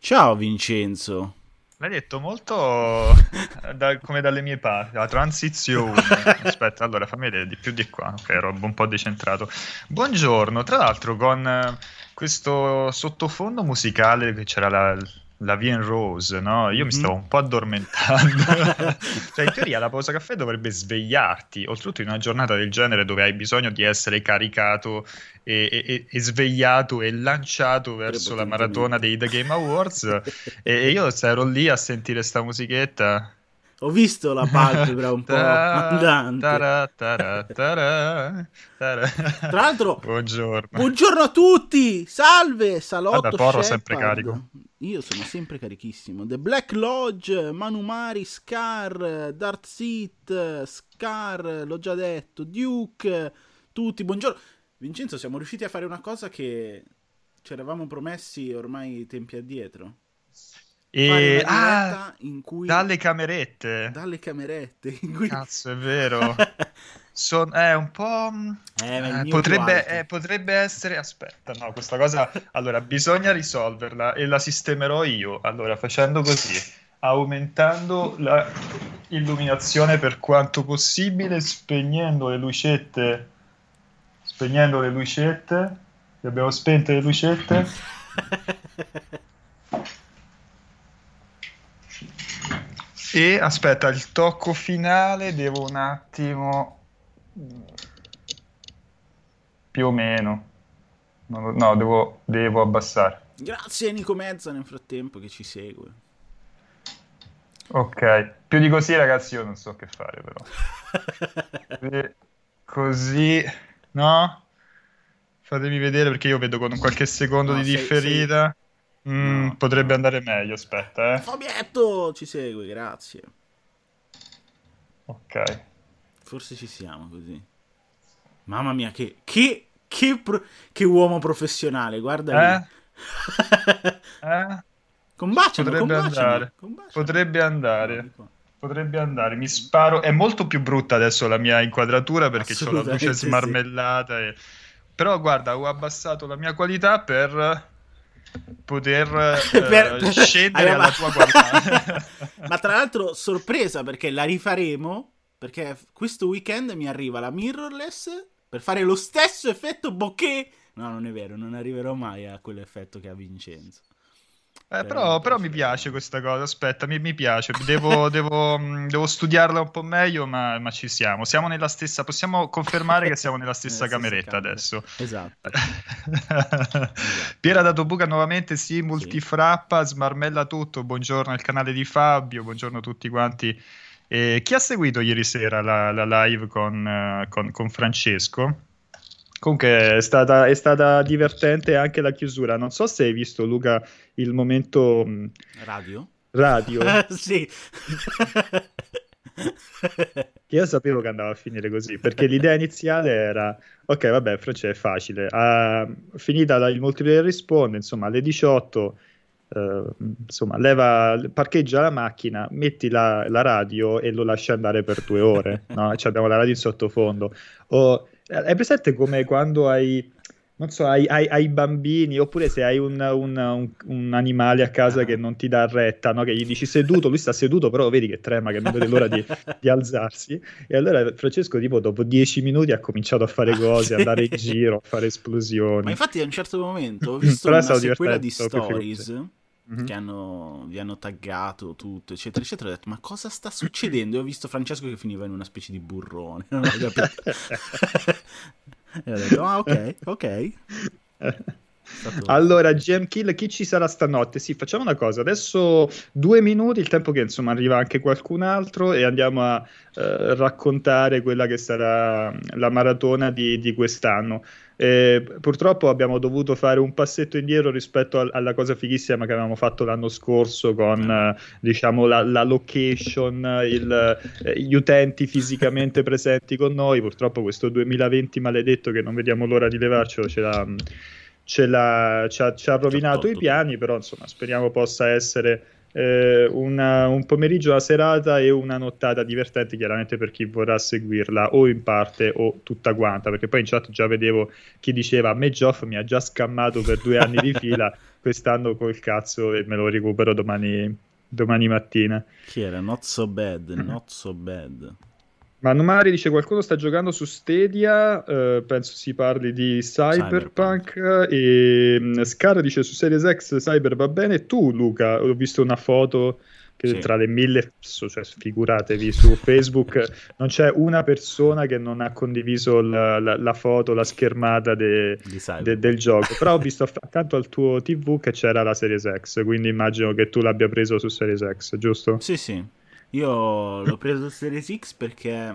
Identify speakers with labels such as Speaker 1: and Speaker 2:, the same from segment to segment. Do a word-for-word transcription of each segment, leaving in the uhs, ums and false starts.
Speaker 1: Ciao Vincenzo.
Speaker 2: L'hai detto molto da- come dalle mie parti, la transizione. Aspetta, allora fammi vedere di più di qua, ok, ero un po' decentrato. Buongiorno, tra l'altro con eh, questo sottofondo musicale che c'era la, la Vie en Rose, no? Io mi
Speaker 1: Mhm.
Speaker 2: stavo un po' addormentando. Cioè, in teoria la pausa caffè dovrebbe svegliarti, oltretutto in una giornata del genere dove hai bisogno di essere caricato e, e- e svegliato e lanciato verso la maratona
Speaker 1: Prepotentemente.
Speaker 2: dei The Game Awards. E e io ero lì a sentire sta musichetta.
Speaker 1: Ho visto la palpebra un po'
Speaker 2: Ta-
Speaker 1: andante.
Speaker 2: tara- tara- tara- tara.
Speaker 1: Tra l'altro,
Speaker 2: Buongiorno.
Speaker 1: buongiorno a tutti! Salve,
Speaker 2: Guarda,
Speaker 1: Salotto
Speaker 2: Porro sempre carico.
Speaker 1: Shepard. Io sono sempre carichissimo. The Black Lodge, Manumari, Scar, Darth Seat, Scar, l'ho già detto, Duke, tutti, buongiorno. Vincenzo, siamo riusciti a fare una cosa che ci eravamo promessi ormai tempi addietro. Fare
Speaker 2: E
Speaker 1: una
Speaker 2: ah,
Speaker 1: diretta in cui
Speaker 2: dalle camerette.
Speaker 1: dalle camerette in cui
Speaker 2: Cazzo, è vero. Son- è un po'. mm,
Speaker 1: eh, ma il
Speaker 2: eh,
Speaker 1: mio più
Speaker 2: potrebbe,
Speaker 1: alto.
Speaker 2: eh, potrebbe essere. Aspetta, no, questa cosa. Allora, bisogna risolverla e la sistemerò io. Allora, facendo così, aumentando la illuminazione per quanto possibile, spegnendo le lucette. Spegnendo le lucette. Abbiamo spento le lucette. E aspetta, il tocco finale devo un attimo. Più o meno. Non lo- No, devo, devo abbassare.
Speaker 1: Grazie a Nico Mezza nel frattempo che ci segue.
Speaker 2: Ok, più di così, ragazzi, io non so che fare, però. E così, no? Fatemi vedere perché io vedo con qualche secondo
Speaker 1: No,
Speaker 2: di
Speaker 1: sei, sei...
Speaker 2: differita. Mm,
Speaker 1: No,
Speaker 2: potrebbe
Speaker 1: no.
Speaker 2: andare meglio, aspetta, eh.
Speaker 1: Fabietto ci segue, grazie.
Speaker 2: Ok.
Speaker 1: Forse ci siamo così. Mamma mia, che... Che... Che, pro- che uomo professionale, guarda
Speaker 2: Eh?
Speaker 1: lì.
Speaker 2: Eh?
Speaker 1: Combaciano,
Speaker 2: Potrebbe
Speaker 1: combaciano,
Speaker 2: andare.
Speaker 1: combaciano.
Speaker 2: Potrebbe
Speaker 1: No, di
Speaker 2: andare.
Speaker 1: qua.
Speaker 2: Potrebbe andare. Mi sparo. È molto più brutta adesso la mia inquadratura perché ho la luce
Speaker 1: Assolutamente sì.
Speaker 2: smarmellata. e- Però guarda, ho abbassato la mia qualità per poter
Speaker 1: Per-
Speaker 2: eh,
Speaker 1: per-
Speaker 2: scendere
Speaker 1: hai-
Speaker 2: alla tua qualità.
Speaker 1: Ma tra l'altro sorpresa perché la rifaremo, perché questo weekend mi arriva la mirrorless per fare lo stesso effetto bokeh. No, non è vero, non arriverò mai a quell'effetto che ha Vincenzo.
Speaker 2: Eh,
Speaker 1: Però,
Speaker 2: però,
Speaker 1: però
Speaker 2: però
Speaker 1: ci
Speaker 2: mi piace
Speaker 1: lavoriamo.
Speaker 2: questa cosa. Aspetta, mi, mi piace. Devo, devo, mh, devo studiarla un po' meglio, ma, ma ci siamo. Siamo nella stessa. Possiamo confermare che siamo nella
Speaker 1: Nella
Speaker 2: stessa
Speaker 1: stessa
Speaker 2: cameretta
Speaker 1: camera.
Speaker 2: adesso.
Speaker 1: Esatto, esatto.
Speaker 2: Piera da Tobuca nuovamente, sì,
Speaker 1: Sì.
Speaker 2: multifrappa, smarmella tutto. Buongiorno al canale di Fabio, buongiorno a tutti quanti. E chi ha seguito ieri sera la, la live con, eh, con- con Francesco? Comunque è stata, è stata divertente anche la chiusura. Non so se hai visto, Luca, il momento mh,
Speaker 1: Radio?
Speaker 2: radio.
Speaker 1: Sì.
Speaker 2: Che io sapevo che andava a finire così, perché l'idea iniziale era, ok, vabbè, Francia è facile, ah, finita la- il multiplayer risponde, insomma, alle diciotto, eh, insomma, leva, parcheggia la macchina, metti la, la radio e lo lascia andare per due ore, no? Cioè abbiamo la radio in sottofondo. O, hai presente come quando hai, non so, hai, hai- hai bambini, oppure se hai un, un- un- un animale a casa che
Speaker 1: Ah.
Speaker 2: non ti dà retta, no? Che gli dici seduto, lui sta seduto, però vedi che trema, che non vede l'ora di di alzarsi. E allora Francesco, tipo, dopo dieci minuti ha cominciato a fare
Speaker 1: Ah,
Speaker 2: cose,
Speaker 1: sì.
Speaker 2: andare in giro, a fare
Speaker 1: Ma
Speaker 2: esplosioni.
Speaker 1: infatti a un certo momento ho visto
Speaker 2: Però è
Speaker 1: una
Speaker 2: stato
Speaker 1: sequela
Speaker 2: divertente,
Speaker 1: di
Speaker 2: stavo per figurarsi.
Speaker 1: stories
Speaker 2: Mhm.
Speaker 1: che hanno, vi hanno taggato tutto, eccetera, eccetera. Ho detto, ma cosa sta succedendo? E ho visto Francesco che finiva in una specie di burrone. Non ho capito. E ho detto, ah, ok, ok. È stato, è
Speaker 2: Allora,
Speaker 1: stato...
Speaker 2: G M Kill, chi ci sarà stanotte? Sì, facciamo una cosa. Adesso due minuti, il tempo che insomma arriva anche qualcun altro e andiamo a eh, raccontare quella che sarà la maratona di, di quest'anno. Eh, purtroppo abbiamo dovuto fare un passetto indietro rispetto al- alla cosa fighissima che avevamo fatto l'anno scorso con
Speaker 1: Vabbè.
Speaker 2: eh, diciamo la, la location, il, eh, gli utenti fisicamente presenti con noi. Purtroppo questo duemilaventi maledetto che non vediamo l'ora di levarcelo ce l'ha, ce l'ha- ci ha, ci ha
Speaker 1: Ci ho
Speaker 2: rovinato i
Speaker 1: tolto tutto.
Speaker 2: piani, però insomma speriamo possa essere eh, una, un pomeriggio, una serata e una nottata divertente, chiaramente per chi vorrà seguirla o in parte o tutta quanta, perché poi in chat già vedevo chi diceva: a me Geoff mi ha già scammato per due anni di fila, quest'anno col cazzo e me lo recupero domani, domani mattina.
Speaker 1: Chi era? Not so bad, not so bad.
Speaker 2: Manumari dice: qualcuno sta giocando su Stadia, eh, penso si parli di Cyberpunk, Cyberpunk. E um, Scar dice: su Series X Cyber va bene. Tu Luca, ho visto una foto che sì. Tra le mille, cioè, figuratevi, su Facebook non c'è una persona che non ha condiviso la, la, la foto, la schermata de, de, del gioco, però ho visto accanto al tuo tivù che c'era la Series X, quindi immagino che tu l'abbia preso su Series X, giusto?
Speaker 1: Sì, sì. Io l'ho preso su Series X perché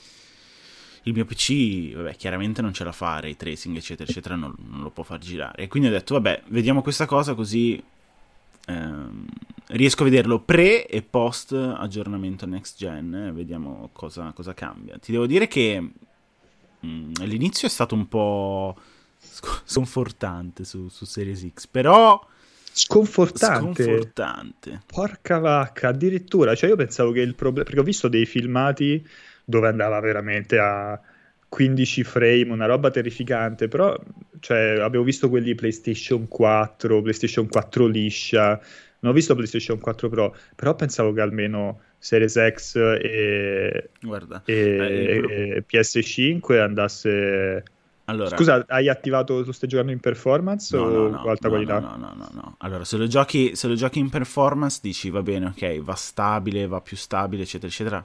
Speaker 1: il mio P C, vabbè, chiaramente non ce la fa, ray tracing eccetera eccetera, non, non lo può far girare, e quindi ho detto vabbè, vediamo questa cosa così ehm, riesco a vederlo pre e post aggiornamento next gen, eh, vediamo cosa, cosa cambia. Ti devo dire che mh, all'inizio è stato un po' sconfortante su, su Series X, però
Speaker 2: Sconfortante.
Speaker 1: Sconfortante.
Speaker 2: Porca vacca, addirittura. Cioè io pensavo che il problema, perché ho visto dei filmati dove andava veramente a quindici frame, una roba terrificante, però cioè, avevo visto quelli PlayStation quattro, PlayStation quattro liscia, non ho visto PlayStation quattro Pro, però pensavo che almeno Series X e,
Speaker 1: Guarda,
Speaker 2: e,
Speaker 1: eh,
Speaker 2: e P S cinque andasse...
Speaker 1: Allora,
Speaker 2: scusa, hai attivato, tu stai giocando in performance
Speaker 1: no,
Speaker 2: o
Speaker 1: no, no,
Speaker 2: alta
Speaker 1: no,
Speaker 2: qualità?
Speaker 1: No, no, no, no. Allora, se lo giochi, se lo giochi in performance dici va bene, ok, va stabile, va più stabile, eccetera, eccetera.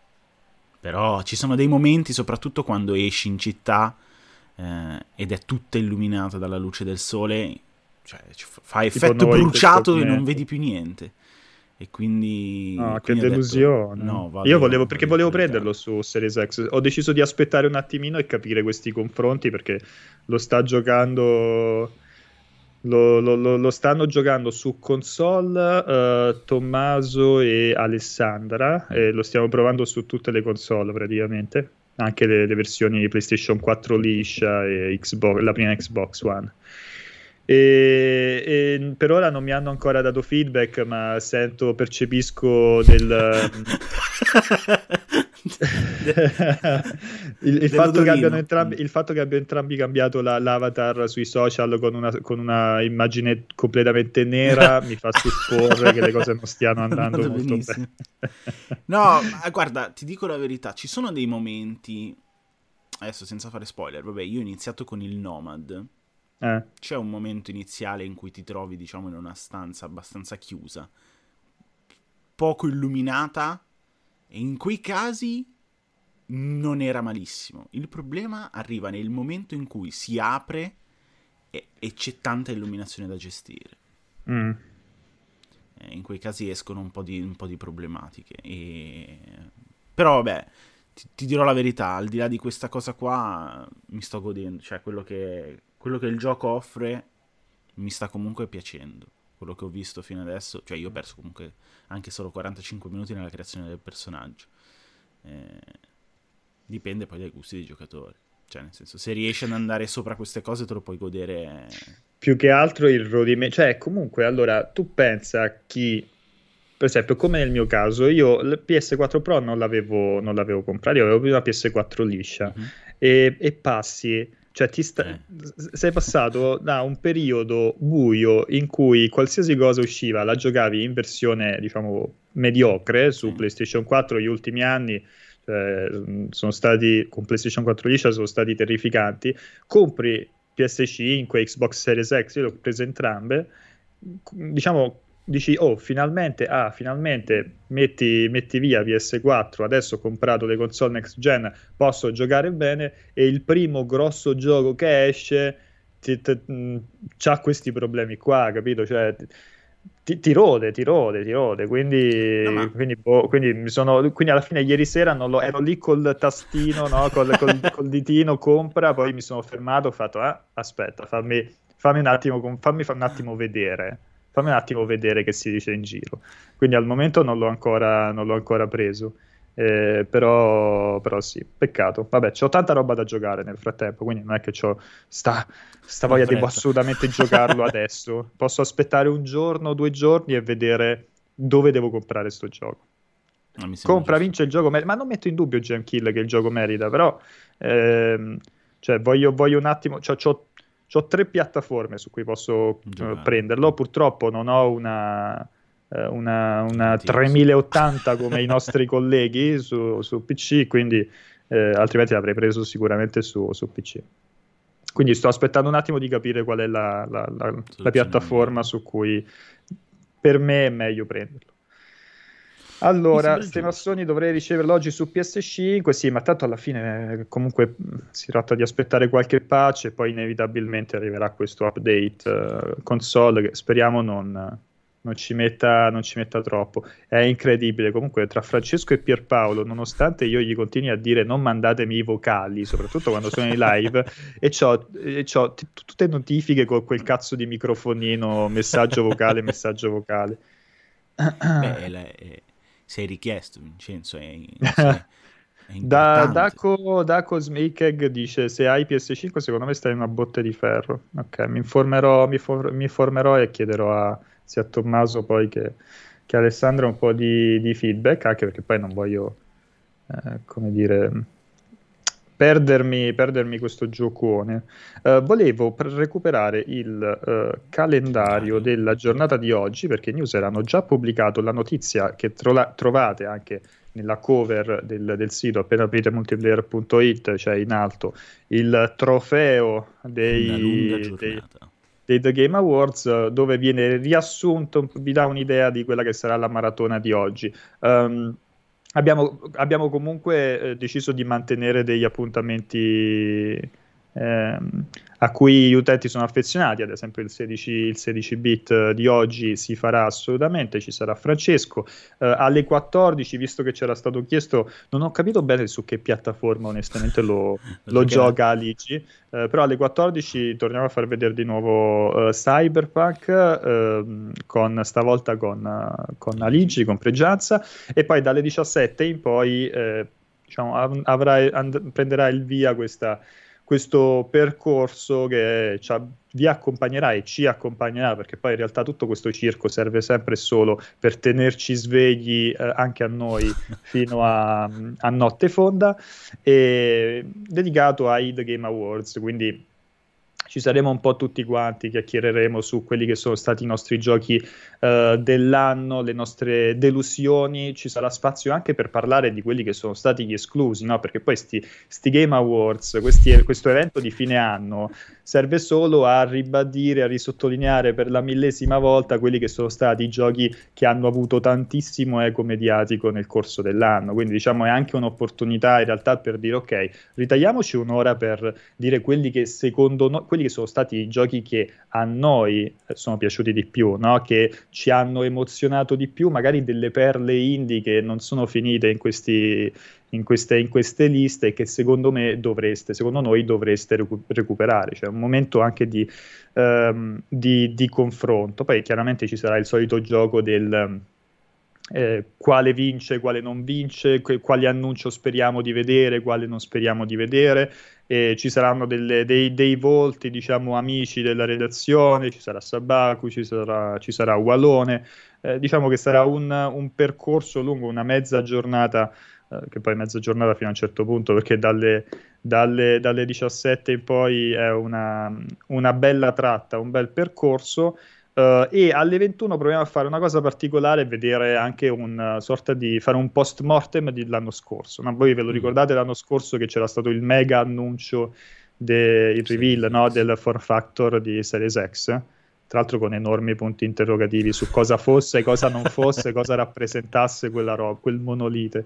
Speaker 1: Però ci sono dei momenti, soprattutto quando esci in città eh, ed è tutta illuminata dalla luce del sole, cioè fa effetto bruciato e non vedi più niente. E quindi...
Speaker 2: No,
Speaker 1: quindi
Speaker 2: che delusione.
Speaker 1: Detto, no, vado,
Speaker 2: io volevo, perché
Speaker 1: vado
Speaker 2: volevo prenderlo su Series X. Ho deciso di aspettare un attimino e capire questi confronti, perché lo sta giocando... Lo, lo, lo, lo stanno giocando su console uh, Tommaso e Alessandra, e lo stiamo provando su tutte le console praticamente, anche le, le versioni PlayStation quattro liscia e Xbox, la prima Xbox One. E, e per ora non mi hanno ancora dato feedback, ma sento, percepisco del il, il, fatto che abbiano entrambi, il fatto che abbiano entrambi cambiato la, l'avatar sui social con una, con una immagine completamente nera mi fa supporre che le cose non stiano andando molto benissimo. Bene.
Speaker 1: No, guarda, ti dico la verità, ci sono dei momenti, adesso senza fare spoiler, vabbè, io ho iniziato con il Nomad. Eh. C'è un momento iniziale in cui ti trovi, diciamo, in una stanza abbastanza chiusa, poco illuminata, e in quei casi non era malissimo. Il problema arriva nel momento in cui si apre e, e c'è tanta illuminazione da gestire. Mm. Eh, in quei casi escono un po' di, un po' di problematiche. E... Però vabbè, ti, ti dirò la verità, al di là di questa cosa qua mi sto godendo, cioè quello che... quello che il gioco offre mi sta comunque piacendo. Quello che ho visto fino adesso, cioè io ho perso comunque anche solo quarantacinque minuti nella creazione del personaggio. Eh, dipende poi dai gusti dei giocatori. Cioè, nel senso, se riesci ad andare sopra queste cose te lo puoi godere.
Speaker 2: Più che altro il rodimento. Cioè, comunque, allora, tu pensa a chi... Per esempio, come nel mio caso, io il P S quattro Pro non l'avevo, non l'avevo comprato, io avevo prima la P S quattro liscia. Uh-huh. e, e passi... Cioè, ti sta... eh. sei passato da un periodo buio in cui qualsiasi cosa usciva la giocavi in versione, diciamo, mediocre su sì. PlayStation quattro. Gli ultimi anni cioè, sono stati, con PlayStation quattro liscia, sono stati terrificanti. Compri P S cinque, Xbox Series X, io le ho prese entrambe, diciamo... dici, oh, finalmente, ah, finalmente metti, metti via P S quattro, adesso ho comprato le console next gen, posso giocare bene, e il primo grosso gioco che esce ti, ti, mh, c'ha questi problemi qua, capito? Cioè, ti, ti rode, ti rode, ti rode, quindi, no, ma... quindi, boh, quindi, mi sono, quindi alla fine ieri sera non lo, ero lì col tastino, no? col, col, col ditino, compra, poi mi sono fermato, ho fatto, ah, aspetta, fammi, fammi un attimo, fammi un attimo vedere. Fammi un attimo vedere che si dice in giro. Quindi al momento non l'ho ancora, non l'ho ancora preso. Eh, però, però sì, peccato. Vabbè, c'ho tanta roba da giocare nel frattempo, quindi non è che c'ho sta, sta voglia, devo assolutamente giocarlo adesso. Posso aspettare un giorno, due giorni e vedere dove devo comprare sto gioco.
Speaker 1: Ah,
Speaker 2: Compra, vince il gioco, mer- ma non metto in dubbio Genkill che il gioco merita, però ehm, cioè, voglio, voglio un attimo, c'ho, c'ho, c'ho tre piattaforme su cui posso uh, prenderlo, purtroppo non ho una, uh, una, una tremila ottanta come i nostri colleghi su, su P C, quindi eh, altrimenti l'avrei preso sicuramente su, su P C. Quindi sto aspettando un attimo di capire qual è la, la, la, la piattaforma su cui per me è meglio prenderlo. Allora, ste massoni dovrei riceverlo oggi su P S cinque, sì, ma tanto alla fine comunque si tratta di aspettare qualche patch e poi inevitabilmente arriverà questo update uh, console che speriamo non, non, ci metta, non ci metta troppo. È incredibile, comunque tra Francesco e Pierpaolo, nonostante io gli continui a dire non mandatemi i vocali, soprattutto quando sono in live, e c'ho, e c'ho t- tutte notifiche con quel cazzo di microfonino, messaggio vocale, messaggio vocale.
Speaker 1: Beh, è la, è... sei richiesto, Vincenzo, è, sei, è
Speaker 2: da, Daco, Daco Smakeegg dice se hai P S cinque secondo me stai in una botte di ferro. Ok, mi informerò, mi, for, mi informerò e chiederò a sia a Tommaso poi che, che Alessandra un po' di, di feedback, anche perché poi non voglio eh, come dire perdermi, perdermi questo giocone. Uh, volevo per recuperare il uh, calendario della giornata di oggi, perché i newser hanno già pubblicato la notizia che tro- trovate anche nella cover del, del sito appena aprite multiplayer punto it, c'è in alto il trofeo dei, dei, dei The Game Awards, dove viene riassunto, vi dà un'idea di quella che sarà la maratona di oggi. Um, Abbiamo, abbiamo comunque eh, deciso di mantenere degli appuntamenti ehm, a cui gli utenti sono affezionati, ad esempio il sedici, il sedici bit di oggi si farà assolutamente, ci sarà Francesco. Eh, alle quattordici, visto che c'era stato chiesto, non ho capito bene su che piattaforma onestamente lo, lo gioca Aligi, eh, però alle quattordici torniamo a far vedere di nuovo uh, Cyberpunk, uh, con, stavolta con, uh, con Aligi, con Pregianza, e poi dalle diciassette in poi eh, diciamo, av- avrai, and- prenderà il via questa questo percorso che ci, vi accompagnerà e ci accompagnerà, perché poi in realtà tutto questo circo serve sempre e solo per tenerci svegli eh, anche a noi fino a, a notte fonda, e dedicato ai The Game Awards, quindi ci saremo un po' tutti quanti, chiacchiereremo su quelli che sono stati i nostri giochi uh, dell'anno, le nostre delusioni, ci sarà spazio anche per parlare di quelli che sono stati gli esclusi, no? Perché poi sti, sti Game Awards, questi, questo evento di fine anno serve solo a ribadire, a risottolineare per la millesima volta quelli che sono stati i giochi che hanno avuto tantissimo eco mediatico nel corso dell'anno, quindi diciamo è anche un'opportunità in realtà per dire ok, ritagliamoci un'ora per dire quelli che secondo noi, quelli che sono stati i giochi che a noi sono piaciuti di più, no? Che ci hanno emozionato di più, magari delle perle indie che non sono finite in questi in queste, in queste liste, che secondo me dovreste, secondo noi dovreste recu- recuperare, cioè un momento anche di, um, di, di confronto. Poi chiaramente ci sarà il solito gioco del eh, quale vince, quale non vince, que- quali annuncio speriamo di vedere, quale non speriamo di vedere, e ci saranno delle, dei, dei volti, diciamo, amici della redazione, ci sarà Sabaku, ci sarà, ci sarà Walone, eh, diciamo che sarà un, un percorso lungo, una mezza giornata, eh, che poi mezza giornata fino a un certo punto, perché dalle, dalle, dalle diciassette in poi è una, una bella tratta, un bel percorso. Uh, e alle ventuno proviamo a fare una cosa particolare e vedere anche una uh, sorta di fare un post mortem dell'anno scorso, no? Voi ve lo ricordate l'anno scorso che c'era stato il mega annuncio del reveal, no? Del form factor di Series X, tra l'altro con enormi punti interrogativi su cosa fosse, cosa non fosse, cosa rappresentasse quella roba, quel monolite,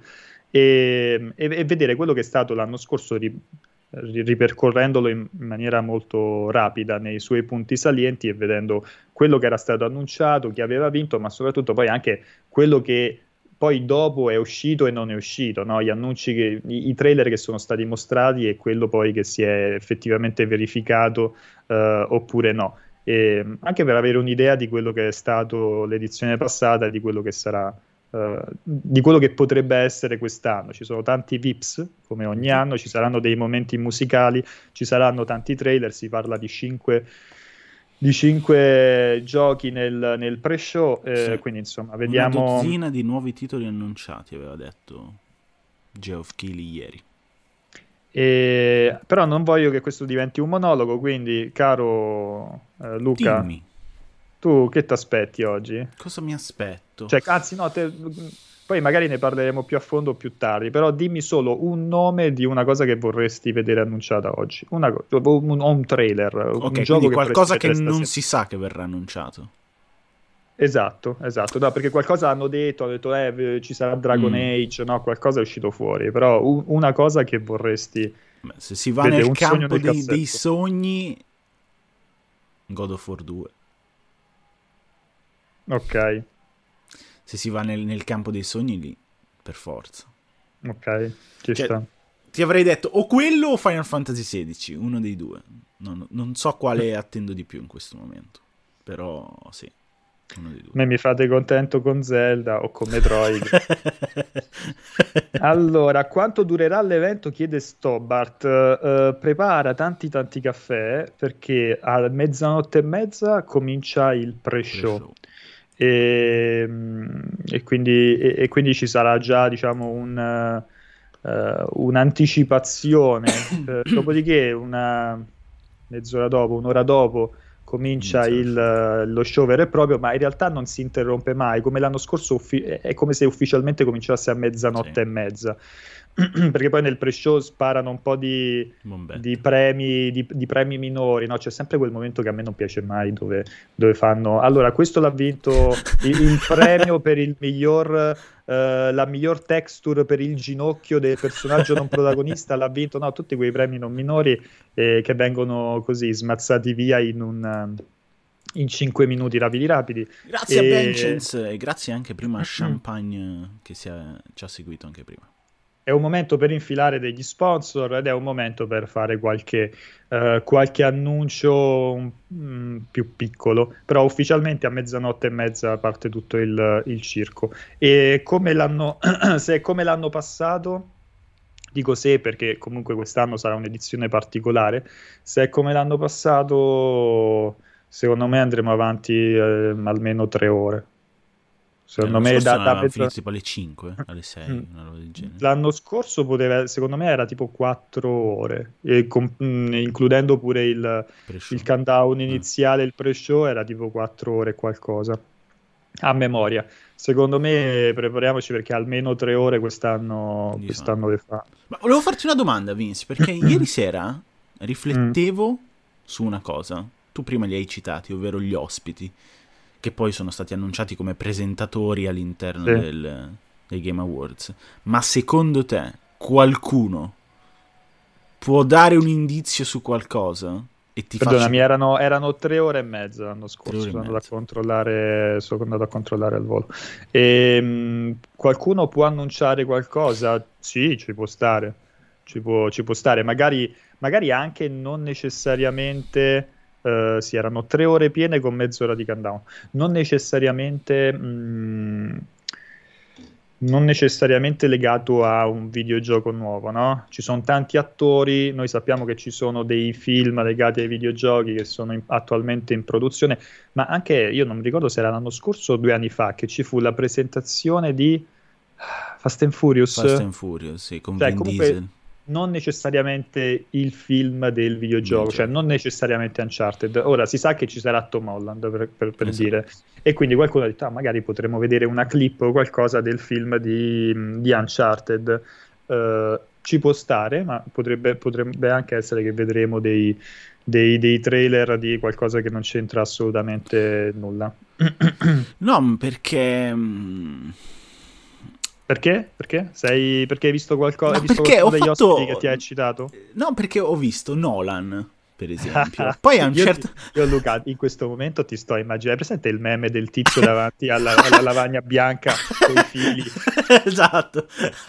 Speaker 2: e, e, e vedere quello che è stato l'anno scorso ri, ripercorrendolo in maniera molto rapida nei suoi punti salienti e vedendo quello che era stato annunciato, chi aveva vinto, ma soprattutto poi anche quello che poi dopo è uscito e non è uscito, no? Gli annunci, che, i, i trailer che sono stati mostrati e quello poi che si è effettivamente verificato uh, oppure no. E anche per avere un'idea di quello che è stato l'edizione passata e di quello che sarà Uh, di quello che potrebbe essere quest'anno. Ci sono tanti V I Ps come ogni anno, ci saranno dei momenti musicali, ci saranno tanti trailer, si parla di cinque di cinque giochi nel, nel pre-show, eh,
Speaker 1: Sì.
Speaker 2: quindi insomma
Speaker 1: Una
Speaker 2: vediamo.
Speaker 1: dozzina di nuovi titoli annunciati, aveva detto Geoff Keighley ieri.
Speaker 2: E... Però non voglio che questo diventi un monologo, quindi caro eh, Luca,
Speaker 1: Dimmi,
Speaker 2: tu che ti aspetti oggi?
Speaker 1: cosa mi aspetto?
Speaker 2: Cioè, anzi, no, te- poi magari ne parleremo più a fondo più tardi, però dimmi solo un nome di una cosa che vorresti vedere annunciata oggi. Una co- o un, o un trailer, un
Speaker 1: Ok,
Speaker 2: gioco
Speaker 1: quindi
Speaker 2: che vorresti
Speaker 1: qualcosa che
Speaker 2: vedere
Speaker 1: non
Speaker 2: stasera.
Speaker 1: si sa che verrà annunciato.
Speaker 2: Esatto, esatto, no, perché qualcosa hanno detto, hanno detto eh, ci sarà Dragon
Speaker 1: Mm.
Speaker 2: Age, no, qualcosa è uscito fuori, però u- una cosa che vorresti
Speaker 1: Beh, se si va
Speaker 2: vedere,
Speaker 1: nel
Speaker 2: un sogno
Speaker 1: campo
Speaker 2: nel
Speaker 1: dei, dei
Speaker 2: cassetto.
Speaker 1: sogni, God of War due.
Speaker 2: Ok,
Speaker 1: Se si va nel, nel campo dei sogni, lì, per forza.
Speaker 2: ok, ci
Speaker 1: Cioè,
Speaker 2: sta.
Speaker 1: ti avrei detto o quello o Final Fantasy sedici, uno dei due. Non, non so quale attendo di più in questo momento. Però sì, uno dei due.
Speaker 2: Me mi fate contento con Zelda o con Metroid. Allora, quanto durerà l'evento? Chiede Stobart. Eh, prepara tanti tanti caffè perché a mezzanotte e mezza comincia il pre-show.
Speaker 1: Pre-show.
Speaker 2: E, e quindi, e- e quindi ci sarà già, diciamo, un, eh, un'anticipazione. Eh, dopodiché, una mezz'ora dopo, un'ora dopo, comincia
Speaker 1: Inizia lo
Speaker 2: il,
Speaker 1: show.
Speaker 2: eh, lo show vero e proprio, ma in realtà non si interrompe mai. Come l'anno scorso, uffi- è come se ufficialmente cominciasse a
Speaker 1: Sì,
Speaker 2: mezzanotte e mezza. Perché poi nel pre-show sparano un po' di, di
Speaker 1: bombette.
Speaker 2: premi, di, di premi minori, no? C'è sempre quel momento che a me non piace mai dove, dove fanno. Allora, questo l'ha vinto il, il premio per il miglior, eh, la miglior texture per il ginocchio del personaggio non protagonista. L'ha vinto, no? Tutti quei premi non minori eh, che vengono così smazzati via in un. In cinque minuti rapidi rapidi.
Speaker 1: Grazie a
Speaker 2: E
Speaker 1: Vengeance e grazie anche prima a Champagne che si è- ci ha seguito anche prima.
Speaker 2: è un momento per infilare degli sponsor ed è un momento per fare qualche, eh, qualche annuncio mm, più piccolo, però ufficialmente a mezzanotte e mezza parte tutto il, il circo. E come l'hanno, se è come l'anno passato, dico se perché comunque quest'anno sarà un'edizione particolare, se è come l'anno passato, secondo me andremo avanti eh, almeno tre ore.
Speaker 1: Eh,
Speaker 2: Secondo
Speaker 1: l'anno
Speaker 2: me
Speaker 1: scorso
Speaker 2: da, da
Speaker 1: avevamo
Speaker 2: mezza.
Speaker 1: finito tipo alle cinque, alle
Speaker 2: Mm.
Speaker 1: sei, una roba del genere.
Speaker 2: L'anno scorso poteva, secondo me era tipo quattro ore, e com- mm, includendo pure il, il
Speaker 1: Pre-show.
Speaker 2: countdown
Speaker 1: Ah,
Speaker 2: iniziale, il pre-show era tipo quattro ore e qualcosa. A memoria. Secondo me prepariamoci perché almeno tre ore quest'anno,
Speaker 1: li fanno.
Speaker 2: quest'anno le fa.
Speaker 1: Ma volevo farti una domanda, Vince, perché ieri sera
Speaker 2: Mm,
Speaker 1: riflettevo su una cosa. Tu prima li hai citati, ovvero gli ospiti, che poi sono stati annunciati come presentatori all'interno
Speaker 2: sì.
Speaker 1: del, dei Game Awards. Ma secondo te qualcuno può dare un indizio su qualcosa? E ti faccio
Speaker 2: Perdonami, erano, erano tre ore e mezza l'anno
Speaker 1: tre ore
Speaker 2: scorso,
Speaker 1: e
Speaker 2: sono andato a
Speaker 1: mezza.
Speaker 2: controllare, sono andato a controllare al volo. Ehm, qualcuno può annunciare qualcosa? Sì, ci può stare, ci può, ci può stare, magari, magari anche non necessariamente, eh, sì, erano tre ore piene con mezz'ora di countdown, non necessariamente, mh, non necessariamente legato a un videogioco nuovo, no? Ci sono tanti attori, noi sappiamo che ci sono dei film legati ai videogiochi che sono in- attualmente in produzione, ma anche io non mi ricordo se era l'anno scorso o due anni fa che ci fu la presentazione di Fast and Furious,
Speaker 1: Fast and Furious, sì, con
Speaker 2: cioè
Speaker 1: Vin
Speaker 2: comunque
Speaker 1: Diesel.
Speaker 2: non necessariamente il film del
Speaker 1: Del
Speaker 2: videogioco, cioè
Speaker 1: gioco.
Speaker 2: non necessariamente Uncharted. Ora si sa che ci sarà Tom Holland per, per- per dire,
Speaker 1: Esatto.
Speaker 2: e quindi qualcuno ha detto, ah, magari potremmo vedere una clip o qualcosa del film di, di Uncharted. Eh, ci può stare, ma potrebbe, potrebbe anche essere che vedremo dei, dei, dei trailer di qualcosa che non c'entra assolutamente nulla.
Speaker 1: No, perché... mm,
Speaker 2: Perché? Perché? Sei, perché hai visto qualcosa, hai
Speaker 1: No,
Speaker 2: visto
Speaker 1: perché
Speaker 2: qualcuno
Speaker 1: ho
Speaker 2: degli ospiti che
Speaker 1: fatto...
Speaker 2: ti ha eccitato?
Speaker 1: No, perché ho visto Nolan, per esempio. Poi a un
Speaker 2: Io, ti-
Speaker 1: certo...
Speaker 2: io, Luca, in questo momento ti sto immaginando, hai presente il meme del tizio davanti alla, alla lavagna bianca con i fili?
Speaker 1: Esatto.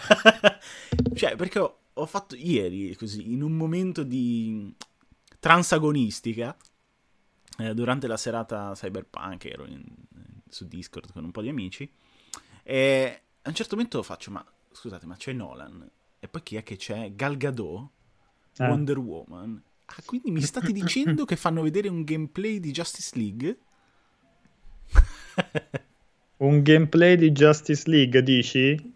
Speaker 1: Cioè, perché ho, ho fatto ieri, così, in un momento di transagonistica, eh, durante la serata Cyberpunk, ero in- su Discord con un po' di amici, e a un certo momento faccio, ma scusate, ma c'è Nolan, e poi chi è che c'è? Gal Gadot,
Speaker 2: Eh,
Speaker 1: Wonder Woman, Ah, quindi mi state dicendo che fanno vedere un gameplay di Justice League?
Speaker 2: Un gameplay di Justice League, dici?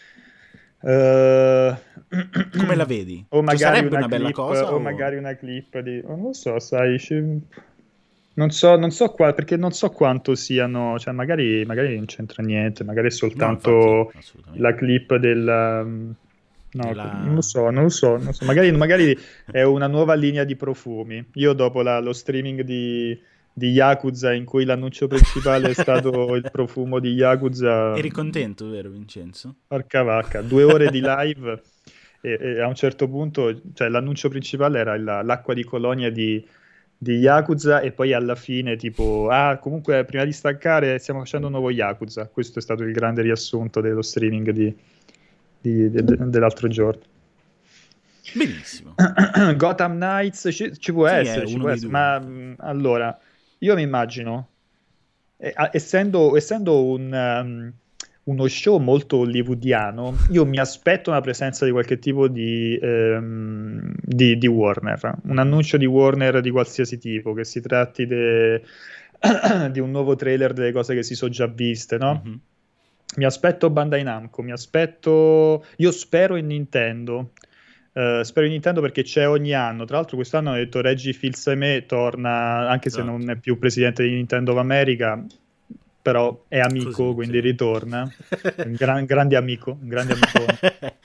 Speaker 2: Uh...
Speaker 1: Come la vedi?
Speaker 2: O magari
Speaker 1: cioè, sarebbe
Speaker 2: una,
Speaker 1: una bella
Speaker 2: clip,
Speaker 1: cosa?
Speaker 2: o,
Speaker 1: O
Speaker 2: magari una clip di... Non lo so, sai... Ci... Non so, non so qua, perché non so quanto siano... Cioè, magari, magari non c'entra niente, magari è soltanto
Speaker 1: no, infatti,
Speaker 2: la clip del... Um... No,
Speaker 1: della...
Speaker 2: non lo so, non lo so, non so. Magari, magari è una nuova linea di profumi. Io dopo la, lo streaming di, di Yakuza, in cui l'annuncio principale è stato il profumo di Yakuza...
Speaker 1: Eri contento, vero Vincenzo?
Speaker 2: Porca vacca, due ore di live e, e a un certo punto, cioè l'annuncio principale era il- l'acqua di colonia di, di Yakuza e poi alla fine tipo, ah comunque prima di staccare stiamo facendo un nuovo Yakuza. Questo è stato il grande riassunto dello streaming di, di- de- de- dell'altro giorno.
Speaker 1: Benissimo.
Speaker 2: Gotham Knights ci, ci può
Speaker 1: Sì, è
Speaker 2: essere, ci
Speaker 1: uno
Speaker 2: può
Speaker 1: dei
Speaker 2: essere,
Speaker 1: due.
Speaker 2: ma mh, allora io mi immagino, eh, a- essendo, essendo un, um, uno show molto hollywoodiano, io mi aspetto una presenza di qualche tipo di, ehm, di, di Warner, un annuncio di Warner di qualsiasi tipo, che si tratti de- di un nuovo trailer delle cose che si sono già viste, no?
Speaker 1: Mhm.
Speaker 2: Mi aspetto Bandai Namco, mi aspetto... Io spero in Nintendo. Eh, spero in Nintendo perché c'è ogni anno. Tra l'altro quest'anno hanno detto Reggie Fils-Aimé torna, anche se
Speaker 1: Esatto.
Speaker 2: non è più presidente di Nintendo of America, però è amico,
Speaker 1: Così,
Speaker 2: quindi
Speaker 1: sì.
Speaker 2: ritorna. Un gran- grande amico, un grande amico.